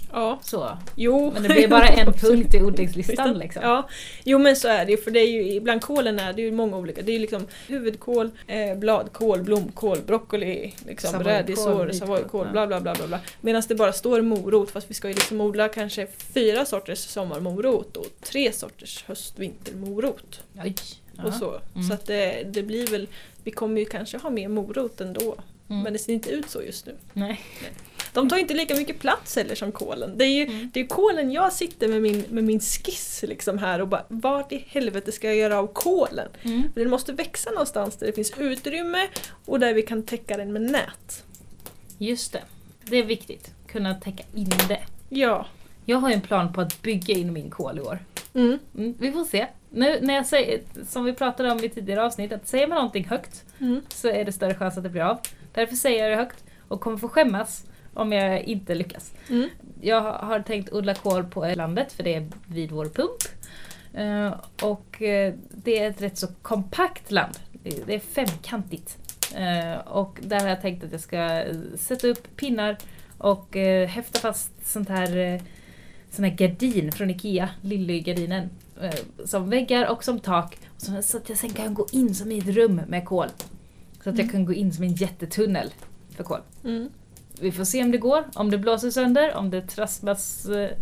Ja. Så. Jo. Men det blir bara en punkt i odlingslistan liksom. Ja, jo men så är det ju, för det är ju, bland kålen är det ju många olika. Det är ju liksom huvudkål, eh, bladkål, blomkål, broccoli, liksom, rädisor, savoykål, bla bla bla bla bla. Medan det bara står morot, fast vi ska ju liksom odla kanske fyra sorters sommarmorot och tre sorters höst-vintermorot. Oj. Och så. Mm. Så att det, det blir väl, vi kommer ju kanske ha mer morot ändå. Mm. Men det ser inte ut så just nu. Nej. Nej. De tar inte lika mycket plats heller som kålen. Det är ju mm. det är kålen jag sitter med min, med min skiss liksom här och bara, vart i helvete ska jag göra av kålen? Mm. För den måste växa någonstans där det finns utrymme och där vi kan täcka den med nät. Just det. Det är viktigt. Kunna täcka in det. Ja. Jag har ju en plan på att bygga in min kål i år. Mm. Mm, vi får se. Nu när jag säger, som vi pratade om i tidigare avsnitt, att säger man någonting högt mm. så är det större chans att det blir av. Därför säger jag det högt och kommer få skämmas om jag inte lyckas. Mm. Jag har tänkt odla kål på landet, för det är vid vår pump. Uh, och uh, det är ett rätt så kompakt land. Det är femkantigt. Uh, och där har jag tänkt att jag ska sätta upp pinnar och uh, häfta fast sånt här, uh, sån här gardin från Ikea, Lilly-gardinen. Uh, som väggar och som tak. Så, så att jag sen kan gå in som i ett rum med kål. Så att mm. jag kan gå in som en jättetunnel för kål. Mm. Vi får se om det går, om det blåser sönder, om det trasslas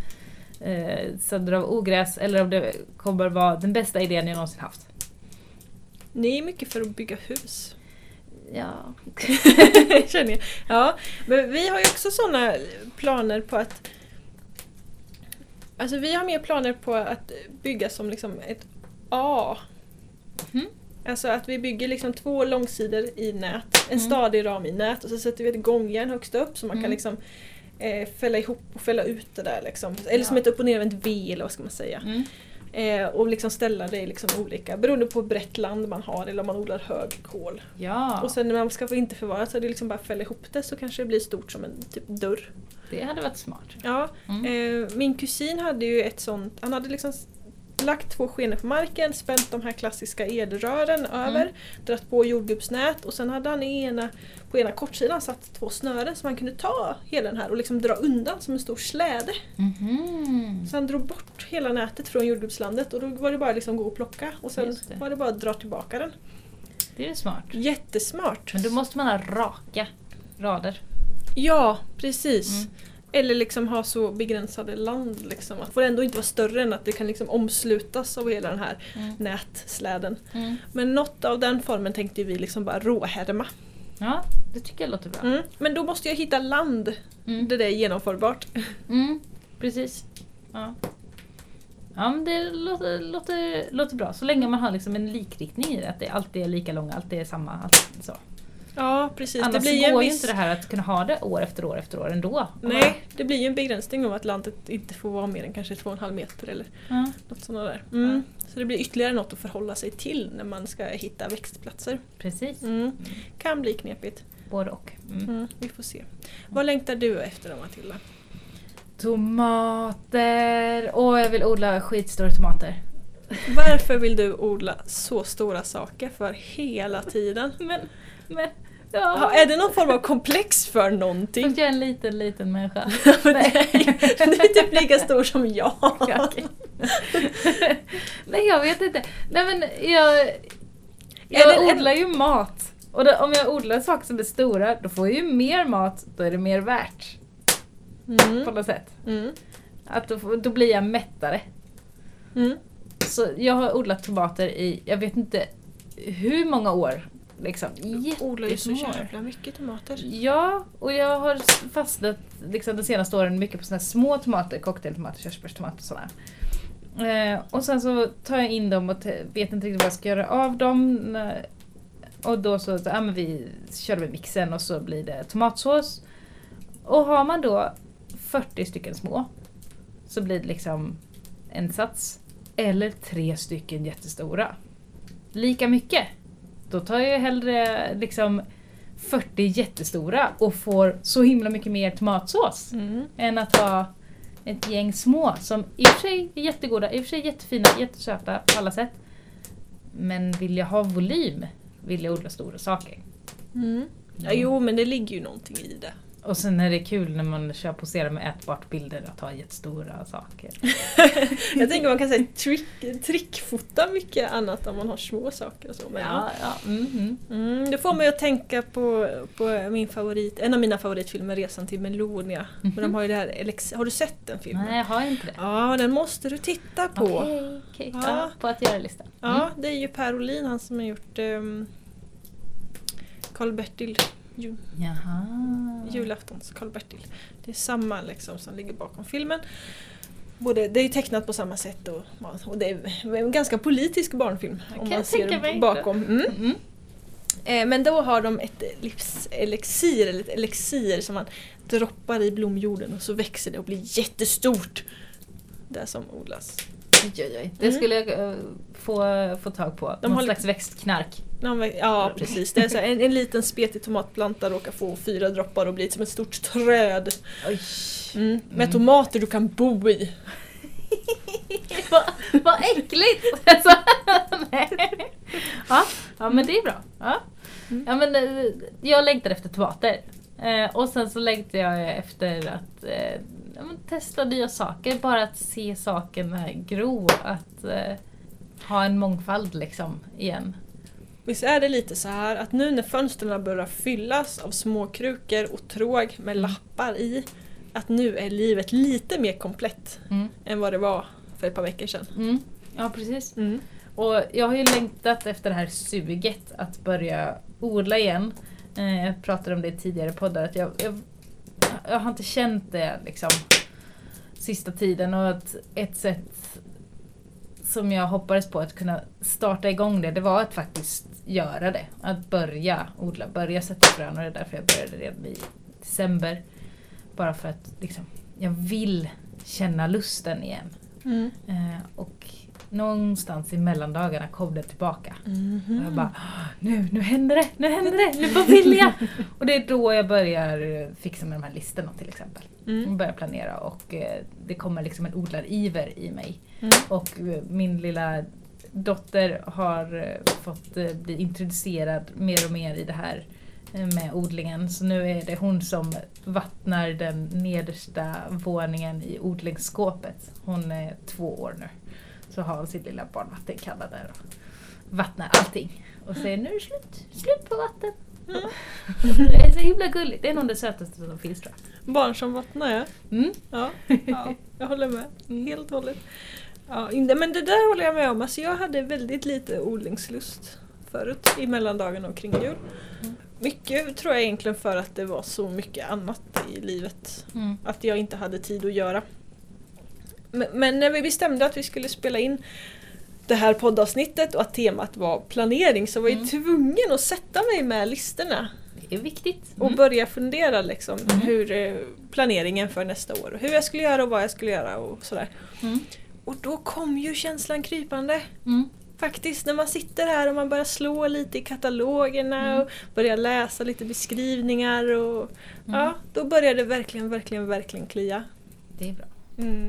eh, sönder av ogräs, eller om det kommer vara den bästa idén jag någonsin haft. Ni är mycket för att bygga hus. Ja. Känner jag. Ja, men vi har ju också sådana planer på att, alltså vi har mer planer på att bygga som liksom ett A. Mm. Alltså att vi bygger liksom två långsidor i nät, en mm. stadig ram i nät, och så sätter vi ett gångjärn högst upp så man mm. kan liksom eh, fälla ihop och fälla ut det där liksom. Eller ja. Som ett upp- och nervänt V, eller vad ska man säga. Mm. Eh, och liksom ställa det liksom olika, beroende på brett land man har eller om man odlar hög kål. Ja. Och sen när man ska få inte förvara så är det liksom bara fälla ihop det, så kanske det blir stort som en typ dörr. Det hade varit smart. Ja, mm. eh, min kusin hade ju ett sånt, han hade liksom lagt två skenor på marken, spänt de här klassiska elrören över, mm. dratt på jordgubbsnät, och sen hade han ena, på ena kortsidan satt två snören så man kunde ta hela den här och liksom dra undan som en stor släde. Mm. Så han drog bort hela nätet från jordgubbslandet, och då var det bara liksom gå och plocka, och sen det. var det bara att dra tillbaka den. Det är smart. Jättesmart. Men då måste man ha raka rader. Ja, precis. Mm. Eller liksom ha så begränsade land liksom. Att får ändå inte vara större än att det kan liksom omslutas av hela den här mm. nätsläden. Mm. Men något av den formen tänkte vi liksom bara råhärma. Ja, det tycker jag låter bra. Mm. Men då måste jag hitta land mm. där det är genomförbart. Mm, precis. Ja. Ja, men det låter, låter, låter bra. Så länge man har liksom en likriktning i det. Att det alltid är lika långa, alltid är samma. Alltid så. Ja, precis. Annars det blir går ju viss... inte det här att kunna ha det år efter år efter år ändå. Nej, det blir ju en begränsning om att landet inte får vara mer än kanske två och en halv meter eller mm. något sådant där. Mm. Mm. Så det blir ytterligare något att förhålla sig till när man ska hitta växtplatser. Precis. Mm. Mm. Kan bli knepigt. Både och. Mm. Mm, vi får se. Vad längtar du efter då, Matilda? Tomater! Åh, jag vill odla skitstora tomater. Varför vill du odla så stora saker för hela tiden? Men... men Ja. Är det någon form av komplex för någonting? För att jag är en liten, liten människa. Nej, du är typ lika stor som jag. Okay. Nej, jag vet inte. Nej, men jag, jag det, odlar ju mat. Och då, om jag odlar saker som är stora, då får jag ju mer mat. Då är det mer värt. Mm. På något sätt. Mm. Att då, då blir jag mättare. Mm. Så jag har odlat tomater i, jag vet inte hur många år. Liksom, du odlar ju så jävla mycket tomater. Ja, och jag har fastnat liksom, de senaste åren mycket på såna här små tomater, cocktailtomater, körsbärstomater och sådär. Eh, och sen så tar jag in dem och t- vet inte riktigt vad jag ska göra av dem. Och då så, så ja, men vi kör med mixen och så blir det tomatsås. Och har man då fyrtio stycken små så blir det liksom en sats. Eller tre stycken jättestora. Lika mycket. Då tar jag hellre liksom fyrtio jättestora och får så himla mycket mer tomatsås mm. än att ha ett gäng små som i och för sig är jättegoda, i och för sig jättefina, jättesöta på alla sätt. Men vill jag ha volym vill jag odla stora saker. Mm. Ja, jo, men det ligger ju någonting i det. Och sen är det kul när man kör posera med ätbart bilder att ha jättestora saker. Jag tänker man kan säga trick, trickfota mycket annat om man har små saker och så. Men ja, ja. Mm-hmm. Mm, det får mig att tänka på, på min favorit, en av mina favoritfilmer, Resan till Melonia. Mm-hmm. Men de har ju det här, har du sett den filmen? Nej, jag har inte det. Ja, den måste du titta på. Okej, okay, okay. ja. ja, på att göra listan. Mm. Ja, det är ju Per Olin, han som har gjort um, Karl-Bertil. Jul. Jaha. Julaftons Karl-Bertil. Det är samma liksom som ligger bakom filmen. Både, det är tecknat på samma sätt och, och det är en ganska politisk barnfilm om man ser bakom. Mm. Mm. Eh, men då har de ett livselixir, eller ett elixir som man droppar i blomjorden och så växer det och blir jättestort. Det som odlas. Oj, oj, oj. Det skulle jag uh, få, få tag på. De Någon har slags li- växtknark. Ja, precis. Det är så här, en, en liten spetig tomatplanta råkar få fyra droppar och blir som ett stort träd. Oj. Mm. Med mm. tomater du kan bo i. Vad va äckligt! ja, ja, men det är bra. Ja. Mm. Ja, men, jag längtar efter tomater. Eh, och sen så längtar jag efter att eh, ja, men testa nya saker. Bara att se sakerna gro. Att eh, ha en mångfald liksom igen. Visst är det lite så här att nu när fönstren börjar fyllas av små krukor och tråg med lappar i, att nu är livet lite mer komplett mm. än vad det var för ett par veckor sedan. Mm. Ja, precis. Mm. Och jag har ju längtat efter det här suget att börja odla igen. Jag pratade om det i tidigare poddar att jag, jag, jag har inte känt det liksom sista tiden, och att ett sätt som jag hoppades på att kunna starta igång det, det var att faktiskt göra det. Att börja odla, börja sätta frön, och det är därför jag började redan i december. Bara för att liksom, jag vill känna lusten igen. Mm. Eh, och någonstans i mellandagarna kom det tillbaka. Mm-hmm. Och jag bara, nu, nu händer det, nu händer det, nu bara vill jag. Och det är då jag börjar fixa med de här listorna till exempel. Mm. Jag börjar planera, och eh, det kommer liksom en odlariver i mig. Mm. Och eh, min lilla dotter har eh, fått eh, bli introducerad mer och mer i det här eh, med odlingen. Så nu är det hon som vattnar den nedersta våningen i odlingsskåpet. Hon är två år nu. Så har hon sin lilla barnvattenkanna där och vattnar allting. Och säger, nu är det slut, slut på vatten. Mm. Det är så himla gulligt. Det är nog det sötaste som finns, tror jag. Barn som vattnar, ja. Mm. Ja, ja, jag håller med. Helt och hållet. Ja, men det där håller jag med om. Alltså jag hade väldigt lite odlingslust förut i mellandagarna och kring jul. Mm. Mycket tror jag egentligen för att det var så mycket annat i livet. Mm. Att jag inte hade tid att göra. Men, men när vi bestämde att vi skulle spela in det här poddavsnittet och att temat var planering, så var jag mm. tvungen att sätta mig med listorna. Det är viktigt. Mm. Och börja fundera liksom mm. hur planeringen för nästa år. Hur jag skulle göra och vad jag skulle göra och sådär. Mm. Och då kom ju känslan krypande. Mm. Faktiskt när man sitter här och man börjar slå lite i katalogerna mm. och börjar läsa lite beskrivningar. Och, mm. ja, då börjar det verkligen, verkligen, verkligen klia. Det är bra. Mm.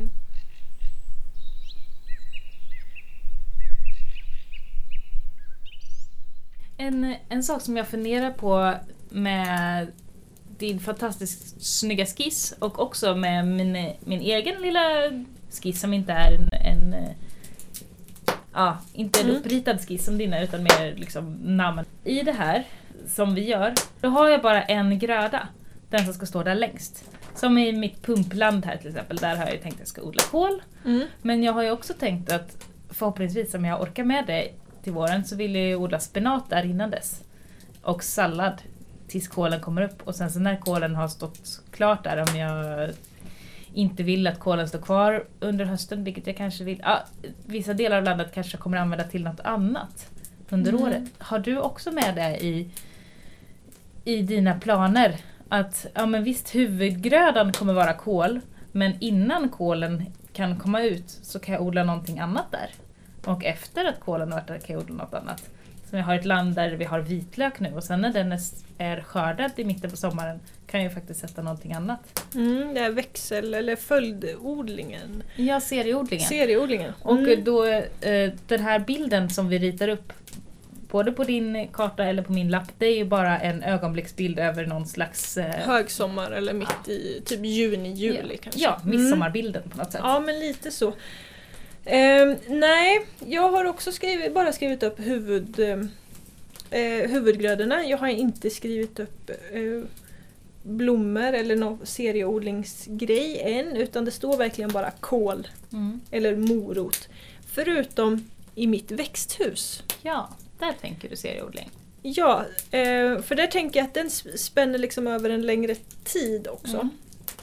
En, en sak som jag funderar på med din fantastiskt snygga skiss, och också med min, min egen lilla skiss som inte är en, en ja, inte en uppritad skiss som dina, utan mer liksom namn. I det här som vi gör, då har jag bara en gröda, den som ska stå där längst. Som i mitt pumpland här till exempel, där har jag tänkt att jag ska odla kål. Mm. Men jag har ju också tänkt att förhoppningsvis, om jag orkar med det till våren, så vill jag odla spenat där innan dess. Och sallad tills kålen kommer upp. Och sen så när kålen har stått klart där, om jag inte vill att kålen står kvar under hösten, vilket jag kanske vill. Ja, vissa delar av landet kanske kommer använda till något annat under mm. året. Har du också med det i, i dina planer? Att ja, men visst, huvudgrödan kommer vara kål, men innan kålen kan komma ut så kan jag odla någonting annat där. Och efter att kålen har varit där kan jag odla något annat. Så jag har ett land där vi har vitlök nu, och sen när den är skördad i mitten på sommaren kan jag faktiskt sätta någonting annat. Mm, det är växel- eller följdodlingen. Ja, serieodlingen. Serieodlingen. Mm. Och då, eh, den här bilden som vi ritar upp både på din karta eller på min lapp, det är ju bara en ögonblicksbild över någon slags... Eh, högsommar eller mitt ja. i typ juni, juli ja. kanske. Ja, midsommarbilden mm. på något sätt. Ja, men lite så. Eh, nej, jag har också skrivit, bara skrivit upp huvud, eh, huvudgrödorna. Jag har inte skrivit upp eh, blommor eller någon serieodlingsgrej än, utan det står verkligen bara kål mm. eller morot. Förutom i mitt växthus. Ja, där tänker du serieodling. Ja, eh, för där tänker jag att den spänner liksom över en längre tid också. Mm.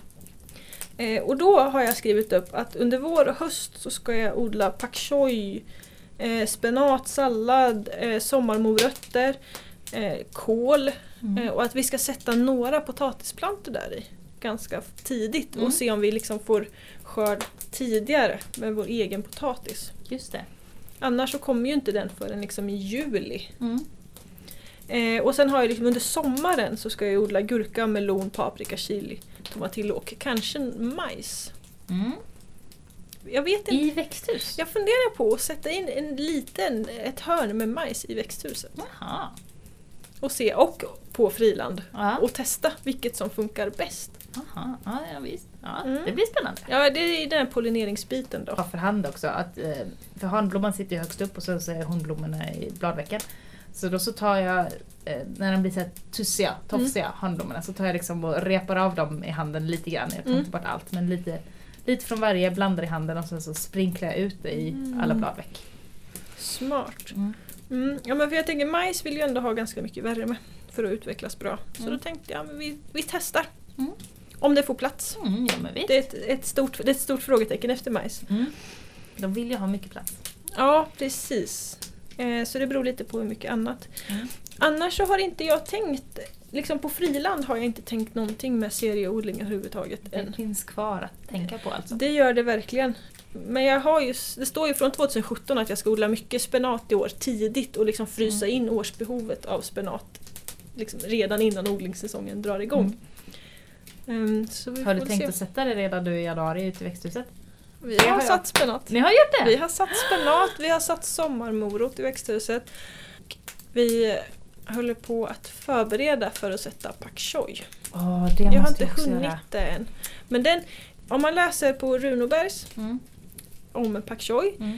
Eh, och då har jag skrivit upp att under vår och höst så ska jag odla pak choi, eh, spenat, sallad, eh, sommarmorötter, eh, kål mm. eh, och att vi ska sätta några potatisplantor där i ganska tidigt mm. och se om vi liksom får skörd tidigare med vår egen potatis. Just det. Annars så kommer ju inte den förrän liksom i juli. Mm. Eh, och sen har jag liksom under sommaren så ska jag odla gurka, melon, paprika, chili, tomatillo och kanske majs. Mm. Jag vet inte. I växthus? Jag funderar på att sätta in en liten, ett hörn med majs i växthuset. Jaha. Och se, och på friland. Ja. Och testa vilket som funkar bäst. Jaha, ja, ja visst. Ja, mm. Det blir spännande. Ja, det är den här pollineringsbiten då. Ja, för hand också. Att, för hanblomman sitter ju högst upp och så är honblommorna i bladvecken. Så då så tar jag, när de blir så här tussiga, tofsiga mm. handblommorna, så tar jag liksom och repar av dem i handen lite grann. Jag tar mm. inte bort allt, men lite, lite från varje, blandar i handen och sen så sprinklar jag ut det i mm. alla bladveck. Smart. Mm. Mm. Ja, men för jag tänker, majs vill ju ändå ha ganska mycket värme för att utvecklas bra. Så mm. då tänkte jag, men vi, vi testar. Mm. Om det får plats. Mm, ja, men visst. Det är ett, ett, stort, det är ett stort frågetecken efter majs. Mm. De vill ju ha mycket plats. Ja, precis. Eh, så det beror lite på hur mycket annat. Mm. Annars så har inte jag tänkt, liksom på friland har jag inte tänkt någonting med serieodling överhuvudtaget. Det än. Finns kvar att tänka på alltså. Det gör det verkligen. Men jag har ju, det står ju från tjugohundrasjutton att jag ska odla mycket spenat i år tidigt och liksom frysa mm. in årsbehovet av spenat liksom redan innan odlingssäsongen drar igång. Mm. Um, så vi har du får tänkt se. att sätta det redan du i januari ut i växthuset? Vi har, har satt spenat. Ni har gjort det? Vi har satt spenat, vi har satt sommarmorot i växthuset. Vi håller på att förbereda för att sätta pak choi. Oh, det jag har måste inte jag hunnit göra. det än. Men den, om man läser på Runobergs mm. om pak choi mm.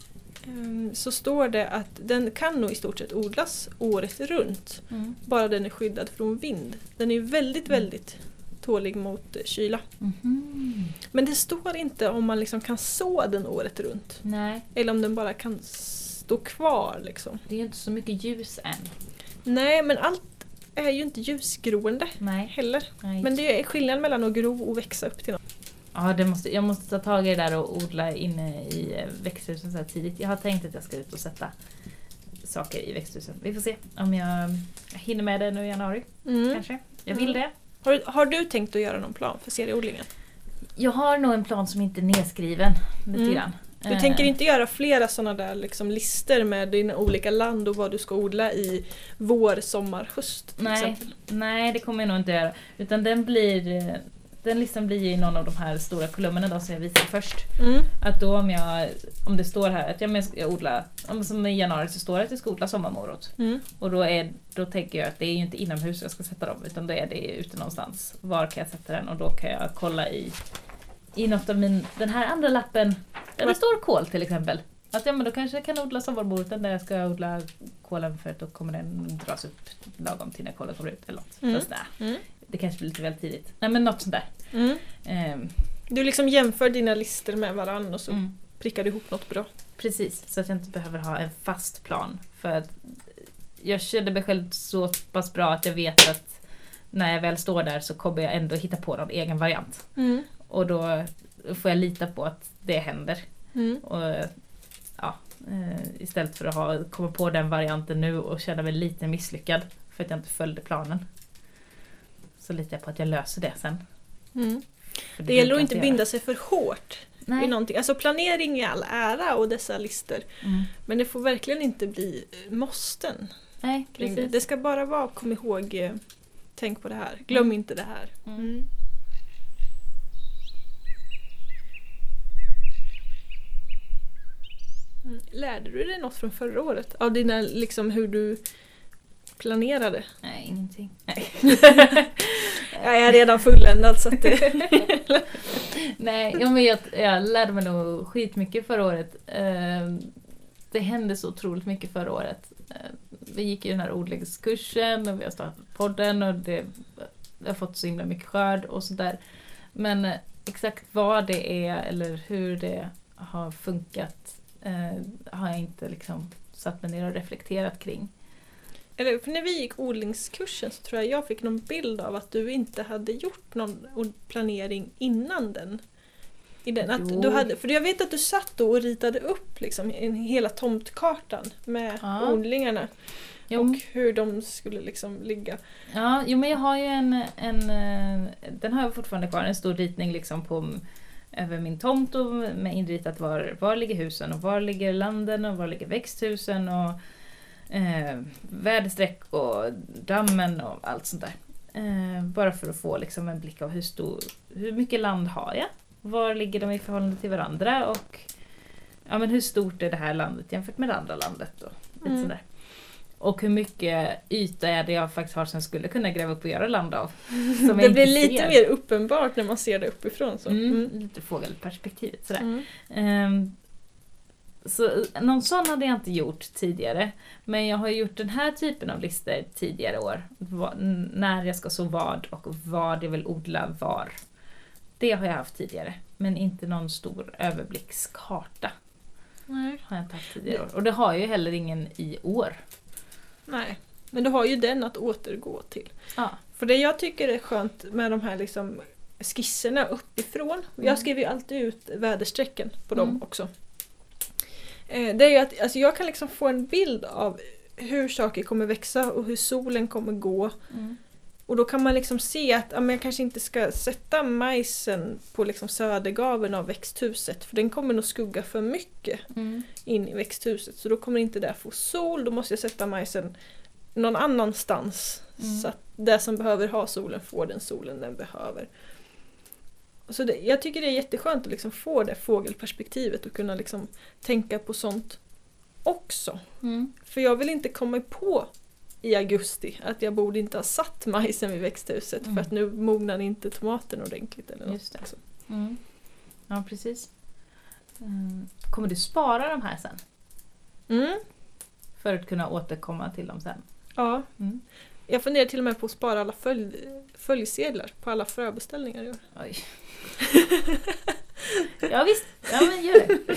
um, så står det att den kan nog i stort sett odlas året runt. Mm. Bara den är skyddad från vind. Den är väldigt, mm. väldigt tålig mot kyla. Mm. Men det står inte om man liksom kan så den året runt. Nej. Eller om den bara kan stå kvar. Liksom. Det är ju inte så mycket ljus än. Nej, men allt är ju inte ljusgroende Nej. heller. Nej. Men det är skillnad mellan att gro och växa upp till något. Ja, det måste, jag måste ta tag i det där och odla inne i växthusen så här tidigt. Jag har tänkt att jag ska ut och sätta saker i växthusen. Vi får se om jag hinner med det nu i januari. Mm. Kanske. Jag vill mm. det. Har, har du tänkt att göra någon plan för serieodlingen? Jag har nog en plan som inte är nedskriven lite mm. grann. Du eh. tänker inte göra flera sådana där liksom lister med dina olika land och vad du ska odla i vår, sommar, höst till nej, exempel? Nej, det kommer jag nog inte göra. Utan den blir... Den listan blir ju i någon av de här stora kolumnerna då som jag visar först. Mm. Att då om jag om det står här att jag ska odla, om som i januari så står det att jag ska odla sommarmorot. Mm. Och då, är, då tänker jag att det är ju inte inomhus jag ska sätta dem utan då är det ute någonstans. Var kan jag sätta den? Och då kan jag kolla i, i något av min, den här andra lappen där det står kål till exempel. Att ja, men då kanske jag kan odla sommarmoroten där jag ska odla kålen för att då kommer den dras upp lagom till när kålen kommer ut eller något. Mm. Fast, nej. Mm. Det kanske blir lite väl tidigt. Nej, men något sånt där. Mm. Um, du liksom jämför dina lister med varann och så mm. prickar du ihop något bra. Precis, så att jag inte behöver ha en fast plan. För att jag känner mig själv så pass bra att jag vet att när jag väl står där så kommer jag ändå hitta på någon egen variant. Mm. Och då får jag lita på att det händer. Mm. Och, ja, istället för att ha, komma på den varianten nu och känna mig lite misslyckad för att jag inte följde planen. Så litar jag på att jag löser det sen. Mm. Det, det gäller att inte binda sig för hårt. Nej. I någonting. Alltså planering är all ära och dessa listor. Mm. Men det får verkligen inte bli måsten. Nej, precis. Det. det ska bara vara, kom ihåg, tänk på det här. Glöm mm. inte det här. Mm. Mm. lärde du dig något från förra året? Av dina, liksom hur du planerade? Nej, ingenting. Nej. Jag är redan fulländad så att det... Nej, ja, men jag, jag lärde mig nog skitmycket förra året. Eh, det hände så otroligt mycket förra året. Eh, vi gick i den här odlingskursen och vi har startat podden och det, vi har fått så himla mycket skörd och sådär. Men eh, exakt vad det är eller hur det har funkat eh, har jag inte liksom satt mig ner och reflekterat kring. Eller, för när vi gick odlingskursen så tror jag jag fick någon bild av att du inte hade gjort någon planering innan den. I den att du hade, för jag vet att du satt då och ritade upp liksom hela tomtkartan med ja. odlingarna. Jo. Och hur de skulle liksom ligga. Ja, jo, men jag har ju en, en... Den har jag fortfarande kvar, en stor ritning liksom på... över min tomt och med inritat var, var ligger husen och var ligger landen och var ligger växthusen och eh, väderstreck och dammen och allt sånt där. Eh, bara för att få liksom en blick av hur, stor, hur mycket land har jag? Var ligger de i förhållande till varandra? Och ja, men hur stort är det här landet jämfört med det andra landet? Och, lite mm. sådär. Och hur mycket yta är det jag faktiskt har som skulle kunna gräva upp och göra land av. Som det blir lite ser. mer uppenbart när man ser det uppifrån. Så. Mm, mm. Lite fågelperspektivet. Sådär. Mm. Um, så någon sån hade jag inte gjort tidigare. Men jag har gjort den här typen av listor tidigare år. Va, när jag ska så vad och vad jag vill odla var. Det har jag haft tidigare. Men inte någon stor överblickskarta. Nej. Har jag inte haft tidigare år. Och det har jag ju heller ingen i år. Nej, men du har ju den att återgå till. Ja. För det jag tycker är skönt med de här liksom skisserna uppifrån. Mm. Jag skriver ju alltid ut väderstrecken på dem mm. också. Eh, det är ju att alltså jag kan liksom få en bild av hur saker kommer växa och hur solen kommer gå. Mm. Och då kan man liksom se att ja, men jag kanske inte ska sätta majsen på liksom södergaveln av växthuset. För den kommer nog skugga för mycket mm. in i växthuset. Så då kommer inte där få sol. Då måste jag sätta majsen någon annanstans. Mm. Så att det som behöver ha solen får den solen den behöver. Så det, jag tycker det är jätteskönt att liksom få det fågelperspektivet och kunna liksom tänka på sånt också. Mm. För jag vill inte komma på i augusti att jag borde inte ha satt majsen vid växthuset mm. för att nu mognar inte tomaten ordentligt eller något. Just det. Mm. Ja, precis. Mm. Kommer du spara de här sen? Mm. För att kunna återkomma till dem sen? Ja. Mm. Jag funderar till och med på att spara alla följ, följsedlar på alla fröbeställningar. Jag. Oj. Ja visst, ja men gör det.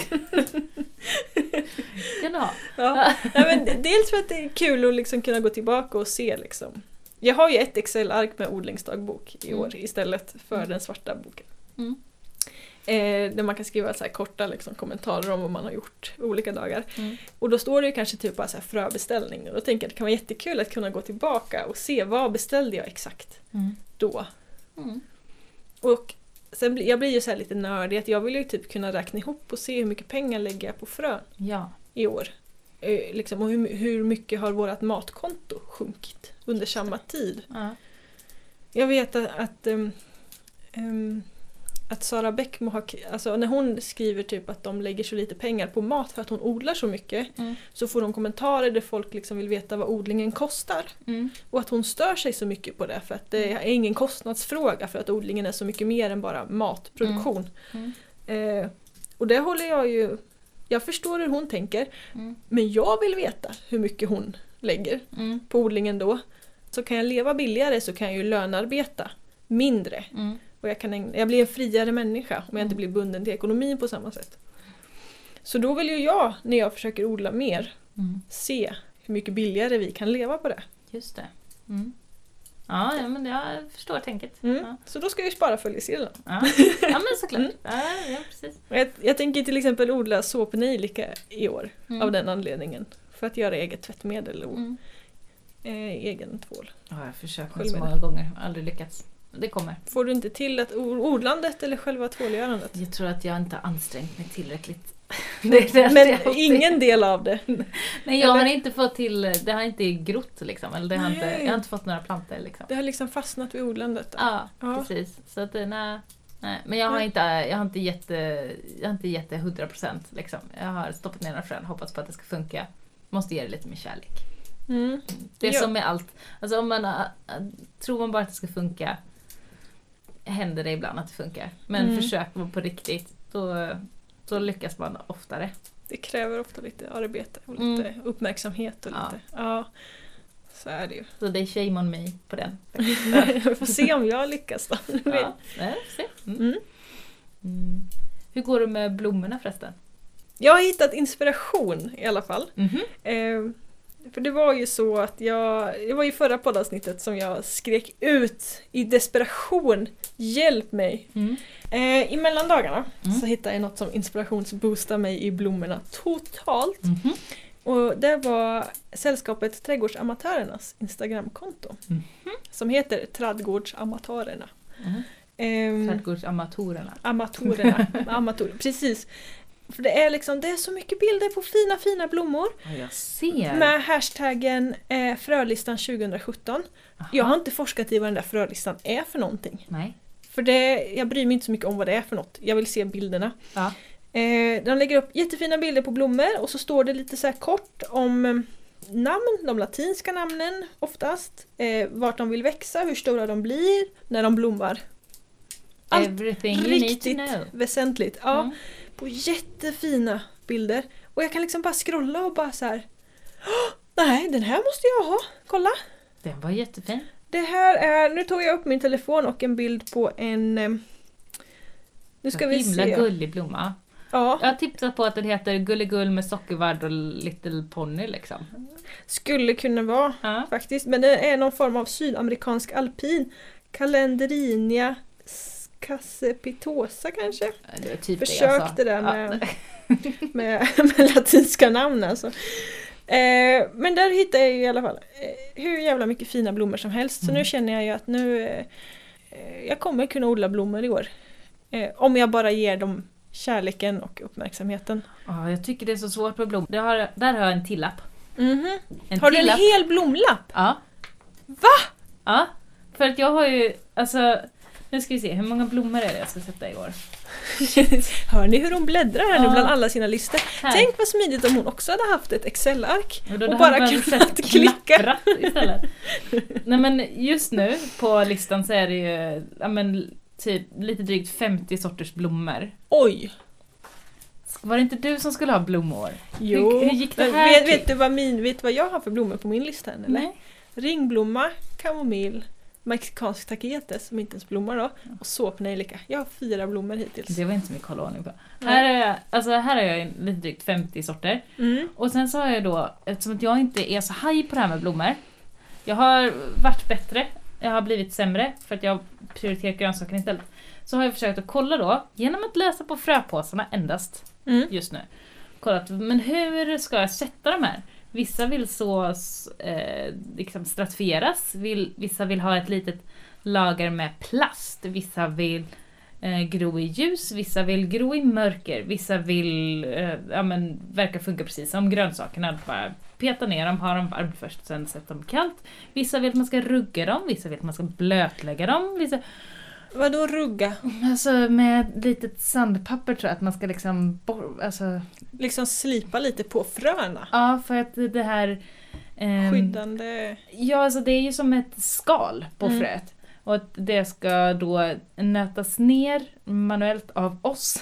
Kan du ha. Ja. Ja, men dels för att det är kul att liksom kunna gå tillbaka och se liksom. Jag har ju ett Excel-ark med odlingsdagbok i år mm. istället för mm. den svarta boken. Mm. Eh, där man kan skriva så här korta liksom, kommentarer om vad man har gjort olika dagar. Mm. Och då står det ju kanske typ bara så här fröbeställning. Och då tänker jag att det kan vara jättekul att kunna gå tillbaka och se vad beställde jag exakt mm. då. Mm. Och sen blir jag blir ju så här lite nördig att jag vill ju typ kunna räkna ihop och se hur mycket pengar lägger jag på frön ja. i år. Eh, liksom, och hur, hur mycket har vårt matkonto sjunkit under samma tid. Ja. Jag vet att, att um, um, att Sara Bäckmo har, alltså när hon skriver typ att de lägger så lite pengar på mat för att hon odlar så mycket mm. så får de kommentarer där folk liksom vill veta vad odlingen kostar mm. och att hon stör sig så mycket på det för att det är ingen kostnadsfråga för att odlingen är så mycket mer än bara matproduktion. Mm. Mm. Eh, och det håller jag ju, jag förstår hur hon tänker mm. men jag vill veta hur mycket hon lägger mm. på odlingen då. Så kan jag leva billigare så kan jag ju lönarbeta mindre. Mm. Och jag, kan ägna, jag blir en friare människa om jag inte blir bunden till ekonomin på samma sätt. Så då vill ju jag, när jag försöker odla mer, mm. se hur mycket billigare vi kan leva på det. Just det. Mm. Ja, ja, men jag förstår tänket. Mm. Ja. Så då ska jag ju spara följesedlarna. Ja. Ja, men såklart. Mm. Ja, ja, precis. Jag, jag tänker till exempel odla såpnejlika i år mm. av den anledningen. För att göra eget tvättmedel och mm. eh, egen tvål. Ja, jag har försökt så många gånger. Aldrig lyckats. Det kommer. Får du inte till att odlandet eller själva tvålgörandet? Jag tror att jag inte har ansträngt mig tillräckligt. det det Men ingen del av det? Nej, jag eller? har inte fått till, det har inte grott liksom. Eller det har inte, jag har inte fått några plantor liksom. Det har liksom fastnat vid odlandet. Ja, ja, precis. Så att nej, Nej, men jag har inte, jag har inte jätte, jag har inte jätte hundra procent liksom. Jag har stoppat ner några frön, hoppas på att det ska funka. Måste ge det lite mer kärlek. Mm. Det är Ja. som med allt. Alltså om man äh, tror man bara att det ska funka, händer det ibland att det funkar. Men Mm. försöker man på riktigt, då, då lyckas man oftare. Det kräver ofta lite arbete och lite Mm. uppmärksamhet och Ja. lite. Ja. Så är det ju. Så det är shame on me på den. Jag får se om jag lyckas då. Ja, nej, se. Mm. Mm. Mm. Hur går det med blommorna förresten? Jag har hittat inspiration i alla fall. Mhm. Eh, för det var ju så att jag, det var ju förra poddavsnittet som jag skrek ut i desperation, hjälp mig. Mm. Eh, I mellandagarna Mm. så hittade jag något som inspirationsboostar mig i blommorna totalt. Mhm. Och det var sällskapet Trädgårdsamatörernas Instagramkonto. Mhm. Som heter Trädgårdsamatörerna. Mhm. Ehm, Trädgårdsamatorerna. Amatorerna. Amator, precis. För det är liksom, det är så mycket bilder på fina fina blommor. Ja, jag ser. Med hashtaggen eh, frölistan tjugosjutton. Aha. Jag har inte forskat i vad den där frölistan är för någonting. Nej. För det, jag bryr mig inte så mycket om vad det är för något. Jag vill se bilderna. Ja. Eh, de lägger upp jättefina bilder på blommor och så står det lite så här kort om eh, namn, de latinska namnen oftast. Eh, vart de vill växa, hur stora de blir, när de blommar. Allt Everything you need to riktigt know. väsentligt. Ja, Mm. på jättefina bilder. Och jag kan liksom bara scrolla och bara så här. "Åh, nej, den här måste jag ha. Kolla. Den var jättefin. Det här är, nu tog jag upp min telefon och en bild på en, eh, nu ska Så vi himla se. gullig blomma. Ja, Jag har tipsat på att den heter Gulligull med sockervadd och Little Pony liksom. skulle kunna vara Ja. faktiskt. Men det är någon form av sydamerikansk alpin. Calendrinia cassepitosa kanske. Det är typ Försök det det jag sa. där Ja. med, med, med latinska namn alltså. Eh, men där hittar jag ju i alla fall eh, hur jävla mycket fina blommor som helst. Så Mm. nu känner jag ju att nu eh, jag kommer kunna odla blommor i år. Eh, om jag bara ger dem kärleken och uppmärksamheten. Ja, jag tycker det är så svårt med blommor. Det har, där har jag en till lapp. Mhm. En Har du till en lapp. hel blomlapp? Ja. Va? Ja. För att jag har ju, alltså, nu ska vi se, hur många blommor är det jag ska sätta i år? Hör ni hur hon bläddrar här nu Ja. bland alla sina listor? Här. Tänk vad smidigt om hon också hade haft ett Excel-ark. Och, då Och det bara hade man kunnat sett klicka. knapprat istället. Nej men just nu på listan så är det ju ja, men, typ lite drygt femtio sorters blommor. Oj! Var det inte du som skulle ha blommor? Jo. Hur, hur gick det Men här vet, till? vet, du vad min, vet du vad jag har för blommor på min lista än, eller? Nej. Ringblomma, kamomill, mexikansk taketes som inte ens blommar då, och såpnejlika. Jag har fyra blommor hittills. Det var inte så mycket att hålla ordning på. Nej. Här är jag, alltså här har jag lite drygt femtio sorter. Mm. Och sen så har jag då, eftersom att jag inte är så haj på det här med blommor. Jag har varit bättre, jag har blivit sämre för att jag prioriterar grönsaker istället. Så har jag försökt att kolla då, genom att läsa på fröpåsarna endast Mm. just nu. Kollat, men hur ska jag sätta de här? Vissa vill så eh, liksom stratifieras, vill, vissa vill ha ett litet lager med plast, vissa vill eh, gro i ljus, vissa vill gro i mörker, vissa vill eh, ja, men, verkar funka precis som grönsakerna, bara peta ner dem, ha dem varmt först, sen sätta dem kallt. Vissa vill att man ska rugga dem, vissa vill att man ska blötlägga dem, vissa... Vadå rugga? Alltså med ett litet sandpapper tror jag att man ska liksom bor- alltså, Liksom slipa lite på fröna. ja, för att det här ehm, Skyddande... ja, alltså det är ju som ett skal på Mm. fröet. Och att det ska då nötas ner manuellt av oss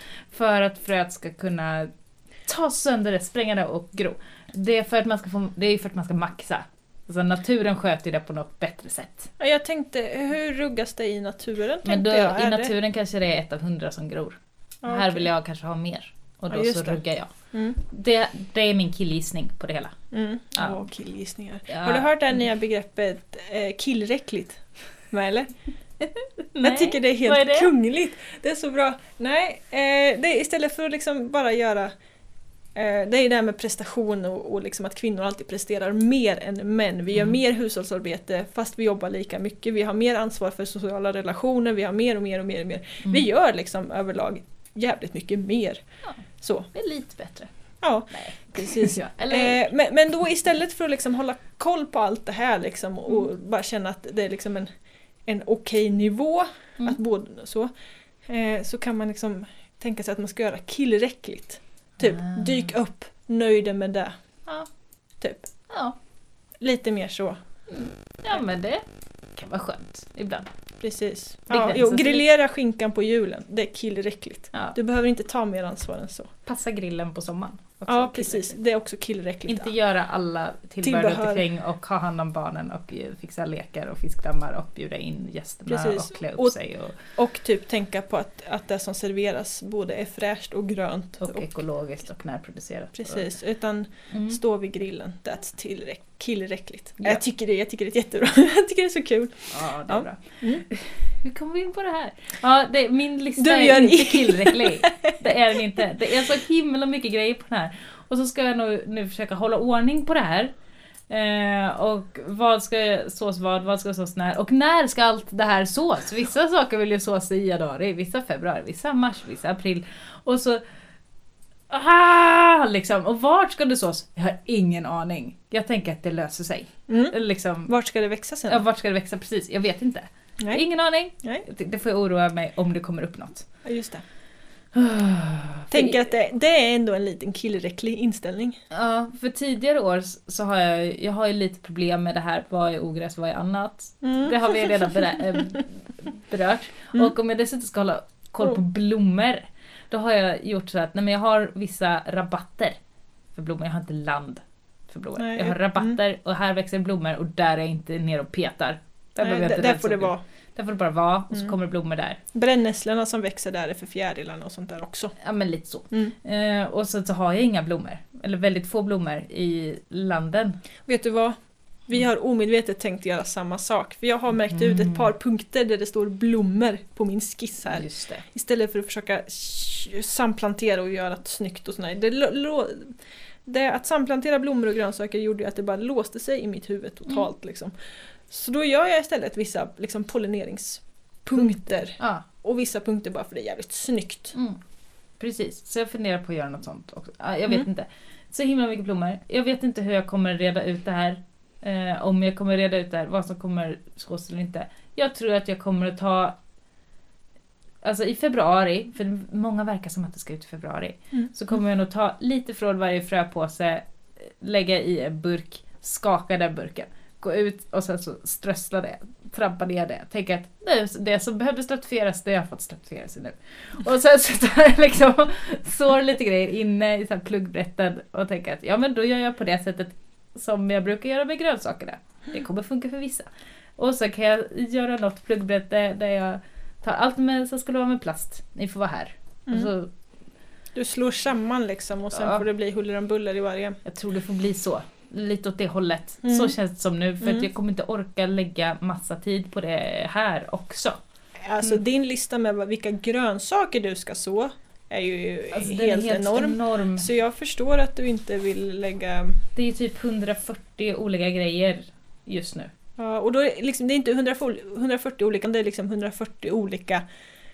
för att fröet ska kunna ta sönder det, spränga det och gro. Det är för att man ska få, det är för att man ska maxa. Alltså naturen sköter det på något bättre sätt. Ja, jag tänkte, hur ruggas det i naturen? Men tänkte då, jag. i Är naturen kanske det är ett av hundra som gror. Ja, Här okej. vill jag kanske ha mer. Och Ja, då just så det. ruggar jag. det? Mm. Det, det är min killgissning på det hela. Mm. Ja. Åh, killgissningar. Ja. Har du hört det här nya begreppet eh, killräckligt? Med, eller? Nej, Jag tycker det är helt vad är det? kungligt. Det är så bra. Nej, eh, det är istället för att liksom bara göra... Eh, det är ju det här med prestation och, och liksom att kvinnor alltid presterar mer än män. Vi gör Mm. mer hushållsarbete fast vi jobbar lika mycket. Vi har mer ansvar för sociala relationer. Vi har mer och mer och mer och mer. Mm. Vi gör liksom överlag jävligt mycket mer. Ja. Så, Det är lite bättre. ja. Nej, Precis. ja. Eller, Eh, men, men då istället för att liksom hålla koll på allt det här liksom, och Mm. bara känna att det är liksom en, en okej nivå, Mm. att både så, eh, så kan man liksom tänka sig att man ska göra killräckligt. Typ, Ah. dyk upp, nöjd med det. Ja. Typ. Ja. Lite mer så. Ja, men det kan vara skönt ibland. Precis. Ja, Begränsas jo, lite. grillera skinkan på julen, det är killräckligt. Ja. Du behöver inte ta mer ansvar än så. Passa grillen på sommaren. Också Ja, tillräckligt. precis. Det är också killräckligt. Inte göra alla tillbehör runt Tillbehör. omkring och ha hand om barnen och eh, fixa lekar och fiskdammar och bjuda in gästerna Precis. och klä upp Och- sig och, Och typ tänka på att, att det som serveras både är fräscht och grönt. och ekologiskt och närproducerat. Precis, utan Mm. stå vid grillen. That's tillräck- killräckligt. Ja. Jag tycker det, jag tycker det är jättebra. Jag tycker det är så kul. Ja, det är Ja. bra. Mm. Hur kom vi in på det här? Ja, det, min lista Du är gör inte i- tillräcklig. Det är den inte. Det är så himla mycket grejer på den här. Och så ska jag nu, nu försöka hålla ordning på det här. Eh, och vad ska sås vad, vad ska sås när? Och när ska allt det här sås? Vissa saker vill ju sås i januari, vissa februari, vissa mars, vissa april. Och så... Ah, liksom. Och vart ska det sås? Jag har ingen aning. Jag tänker att det löser sig. Mm. Liksom, Vart ska det växa sen? ja, vart ska det växa precis? Jag vet inte. Nej. Ingen aning. Nej, Det får jag oroa mig om det kommer upp något. ja, just det. Tänker att det, det är ändå en liten killräcklig inställning. Ja, för tidigare år så har jag, jag har ju lite problem med det här. Vad är ogräs, vad är annat? Mm. Det har vi redan berä- äh, berört. Mm. Och om jag dessutom ska hålla koll på blommor, då har jag gjort så att nej, men jag har vissa rabatter för blommor. Jag har inte land för blommor. Nej. Jag har rabatter och här växer blommor och där är jag inte ner och petar. Där, Nej, behöver jag där, inte där rensa får det upp. vara. Där får det bara vara och så Mm. kommer det blommor där. Brännässlorna som växer där är för fjärilarna och sånt där också. Ja, men lite så. Mm. Eh, och så, så har jag inga blommor. Eller väldigt få blommor i landen. Vet du vad? Vi har omedvetet tänkt göra samma sak. För jag har märkt ut ett par punkter där det står blommor på min skiss här. Just det. Istället för att försöka sh- samplantera och göra det snyggt och sådär. Det, lo- lo- det, att samplantera blommor och grönsaker gjorde ju att det bara låste sig i mitt huvud totalt. Liksom. Så då gör jag istället vissa liksom, pollineringspunkter. Ja, Och vissa punkter bara för det är jävligt snyggt. mm. Precis. Så jag funderar på att göra något sånt också. Ja, jag vet Mm. inte. Så himla mycket blommor. Jag vet inte hur jag kommer reda ut det här. Eh, om jag kommer reda ut det här, vad som kommer sås eller inte. Jag tror att jag kommer att ta... Alltså i februari, för många verkar som att det ska ut i februari. Mm. Så kommer jag nog ta lite från varje fröpåse, lägga i en burk, skaka den burken, gå ut och sen så strössla det, trampa ner det. Tänka att det, det som behövde stratiferas, det har fått stratiferas nu. Och sen så tar jag liksom sår lite grejer inne i så här pluggbrätten och tänker att ja, men då gör jag på det sättet som jag brukar göra med grönsakerna. Det kommer funka för vissa. Och så kan jag göra något pluggbrett där, där jag tar allt med, så ska det vara med plast. Ni får vara här. Mm. Och så, Du slår samman liksom och sen Ja. får det bli huller om buller i varje. jag tror det får bli så. Lite åt det hållet. Mm. Så känns det som nu. För Mm. att jag kommer inte orka lägga massa tid på det här också. Alltså Mm. din lista med vad- vilka grönsaker du ska så är ju Alltså, den helt, är helt enorm. enorm. Så jag förstår att du inte vill lägga... Det är ju typ hundrafyrtio olika grejer just nu. Ja, och då är det, liksom, det är inte hundrafyrtio, hundrafyrtio olika, det är liksom hundrafyrtio olika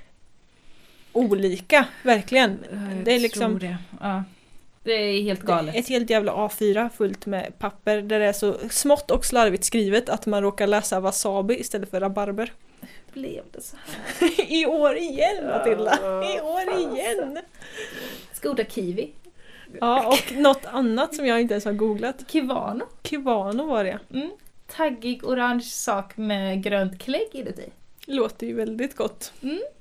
olika, verkligen. Jag Det är liksom tror det. Ja. Det är helt galet. ett helt jävla A fyra fullt med papper där det är så smått och slarvigt skrivet att man råkar läsa wasabi istället för rabarber. Blev det så här? I år igen, Matilda! I år igen! Skoda kiwi. Ja, och något annat som jag inte ens har googlat. Kivano. Kivano var det. Mm. Taggig orange sak med grönt klägg inuti. Låter ju väldigt gott.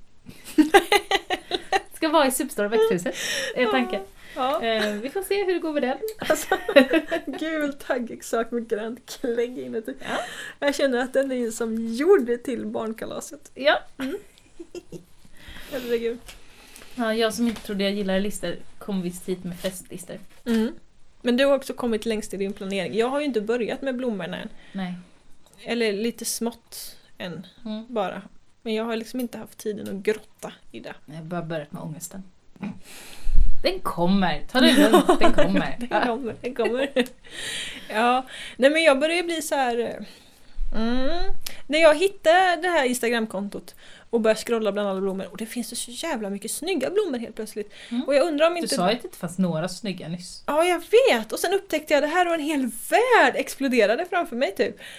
Ska vara i Superstora växthuset, är tanken. Ja. Eh, vi får se hur det går med den. Alltså, gul taggig sak med grönt klägg inuti. Ja. Jag känner att den är ju som gjord till barnkalaset. Ja. Herregud. Ja, jag som inte trodde jag gillade listor kom visst hit med festlistor. Mm. Men du har också kommit längst i din planering. Jag har ju inte börjat med blommorna än. Nej. Eller lite smått än Mm. bara. Men jag har liksom inte haft tiden att grotta i det. Jag har bara börjat med ångesten. Den kommer. Ta det lugnt, den kommer. Den Ja. kommer, den kommer. Ja, nej men jag börjar bli så här. Mm. När jag hittade det här Instagramkontot och började scrolla bland alla blommor och det finns det så jävla mycket snygga blommor helt plötsligt. Mm. Och jag undrar om Du inte... sa ju att det inte fanns några snygga nyss. Ja, jag vet! Och sen upptäckte jag att det här och en hel värld exploderade framför mig typ.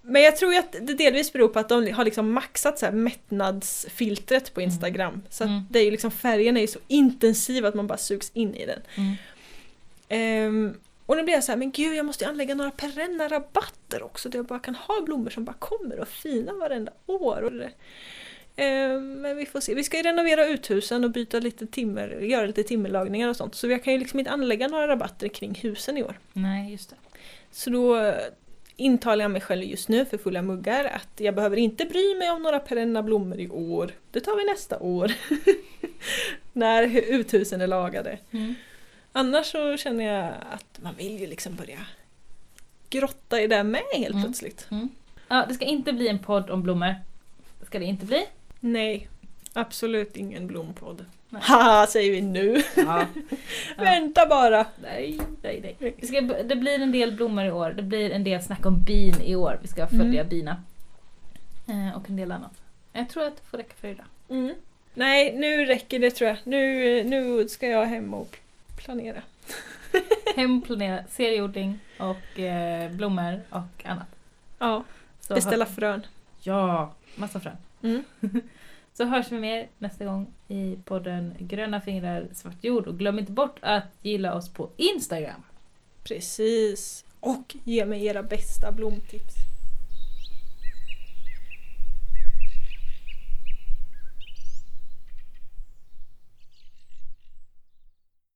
Men jag tror ju att det delvis beror på att de har liksom maxat så här mättnadsfiltret på Instagram. Mm. Så att mm. det är ju liksom, färgen är ju så intensiv att man bara sugs in i den. Mm. Um, och nu blir jag så här, men gud, jag måste ju anlägga några perenna rabatter också. Där jag bara kan ha blommor som bara kommer och fina varenda år. Och det, um, men vi får se. Vi ska ju renovera uthusen och byta lite timmer, göra lite timmerlagningar och sånt. Så jag kan ju liksom inte anlägga några rabatter kring husen i år. Nej, just det. Så då intalar jag mig själv just nu för fulla muggar att jag behöver inte bry mig om några perenna blommor i år. Det tar vi nästa år. När uthusen är lagade. Mm. Annars så känner jag att man vill ju liksom börja grotta i det med helt mm. plötsligt. Mm. Ja, det ska inte bli en podd om blommor. Det ska det inte bli. Nej, absolut ingen blompodd. Haha, säger vi nu. Ja. Vänta bara. Nej, nej, nej. Vi ska, det blir en del blommor i år. Det blir en del snack om bin i år. Vi ska följa mm. bina. Eh, och en del annat. Jag tror att det får räcka för idag. Mm. Nej, nu räcker det tror jag. Nu, nu ska jag hem och planera. Hem och planera serieodling och eh, blommor och annat. Ja, så beställa frön. Ja, massa frön. Mm. Så hörs vi mer nästa gång i podden Gröna fingrar, svart jord. Och glöm inte bort att gilla oss på Instagram. Precis. Och ge mig era bästa blomtips.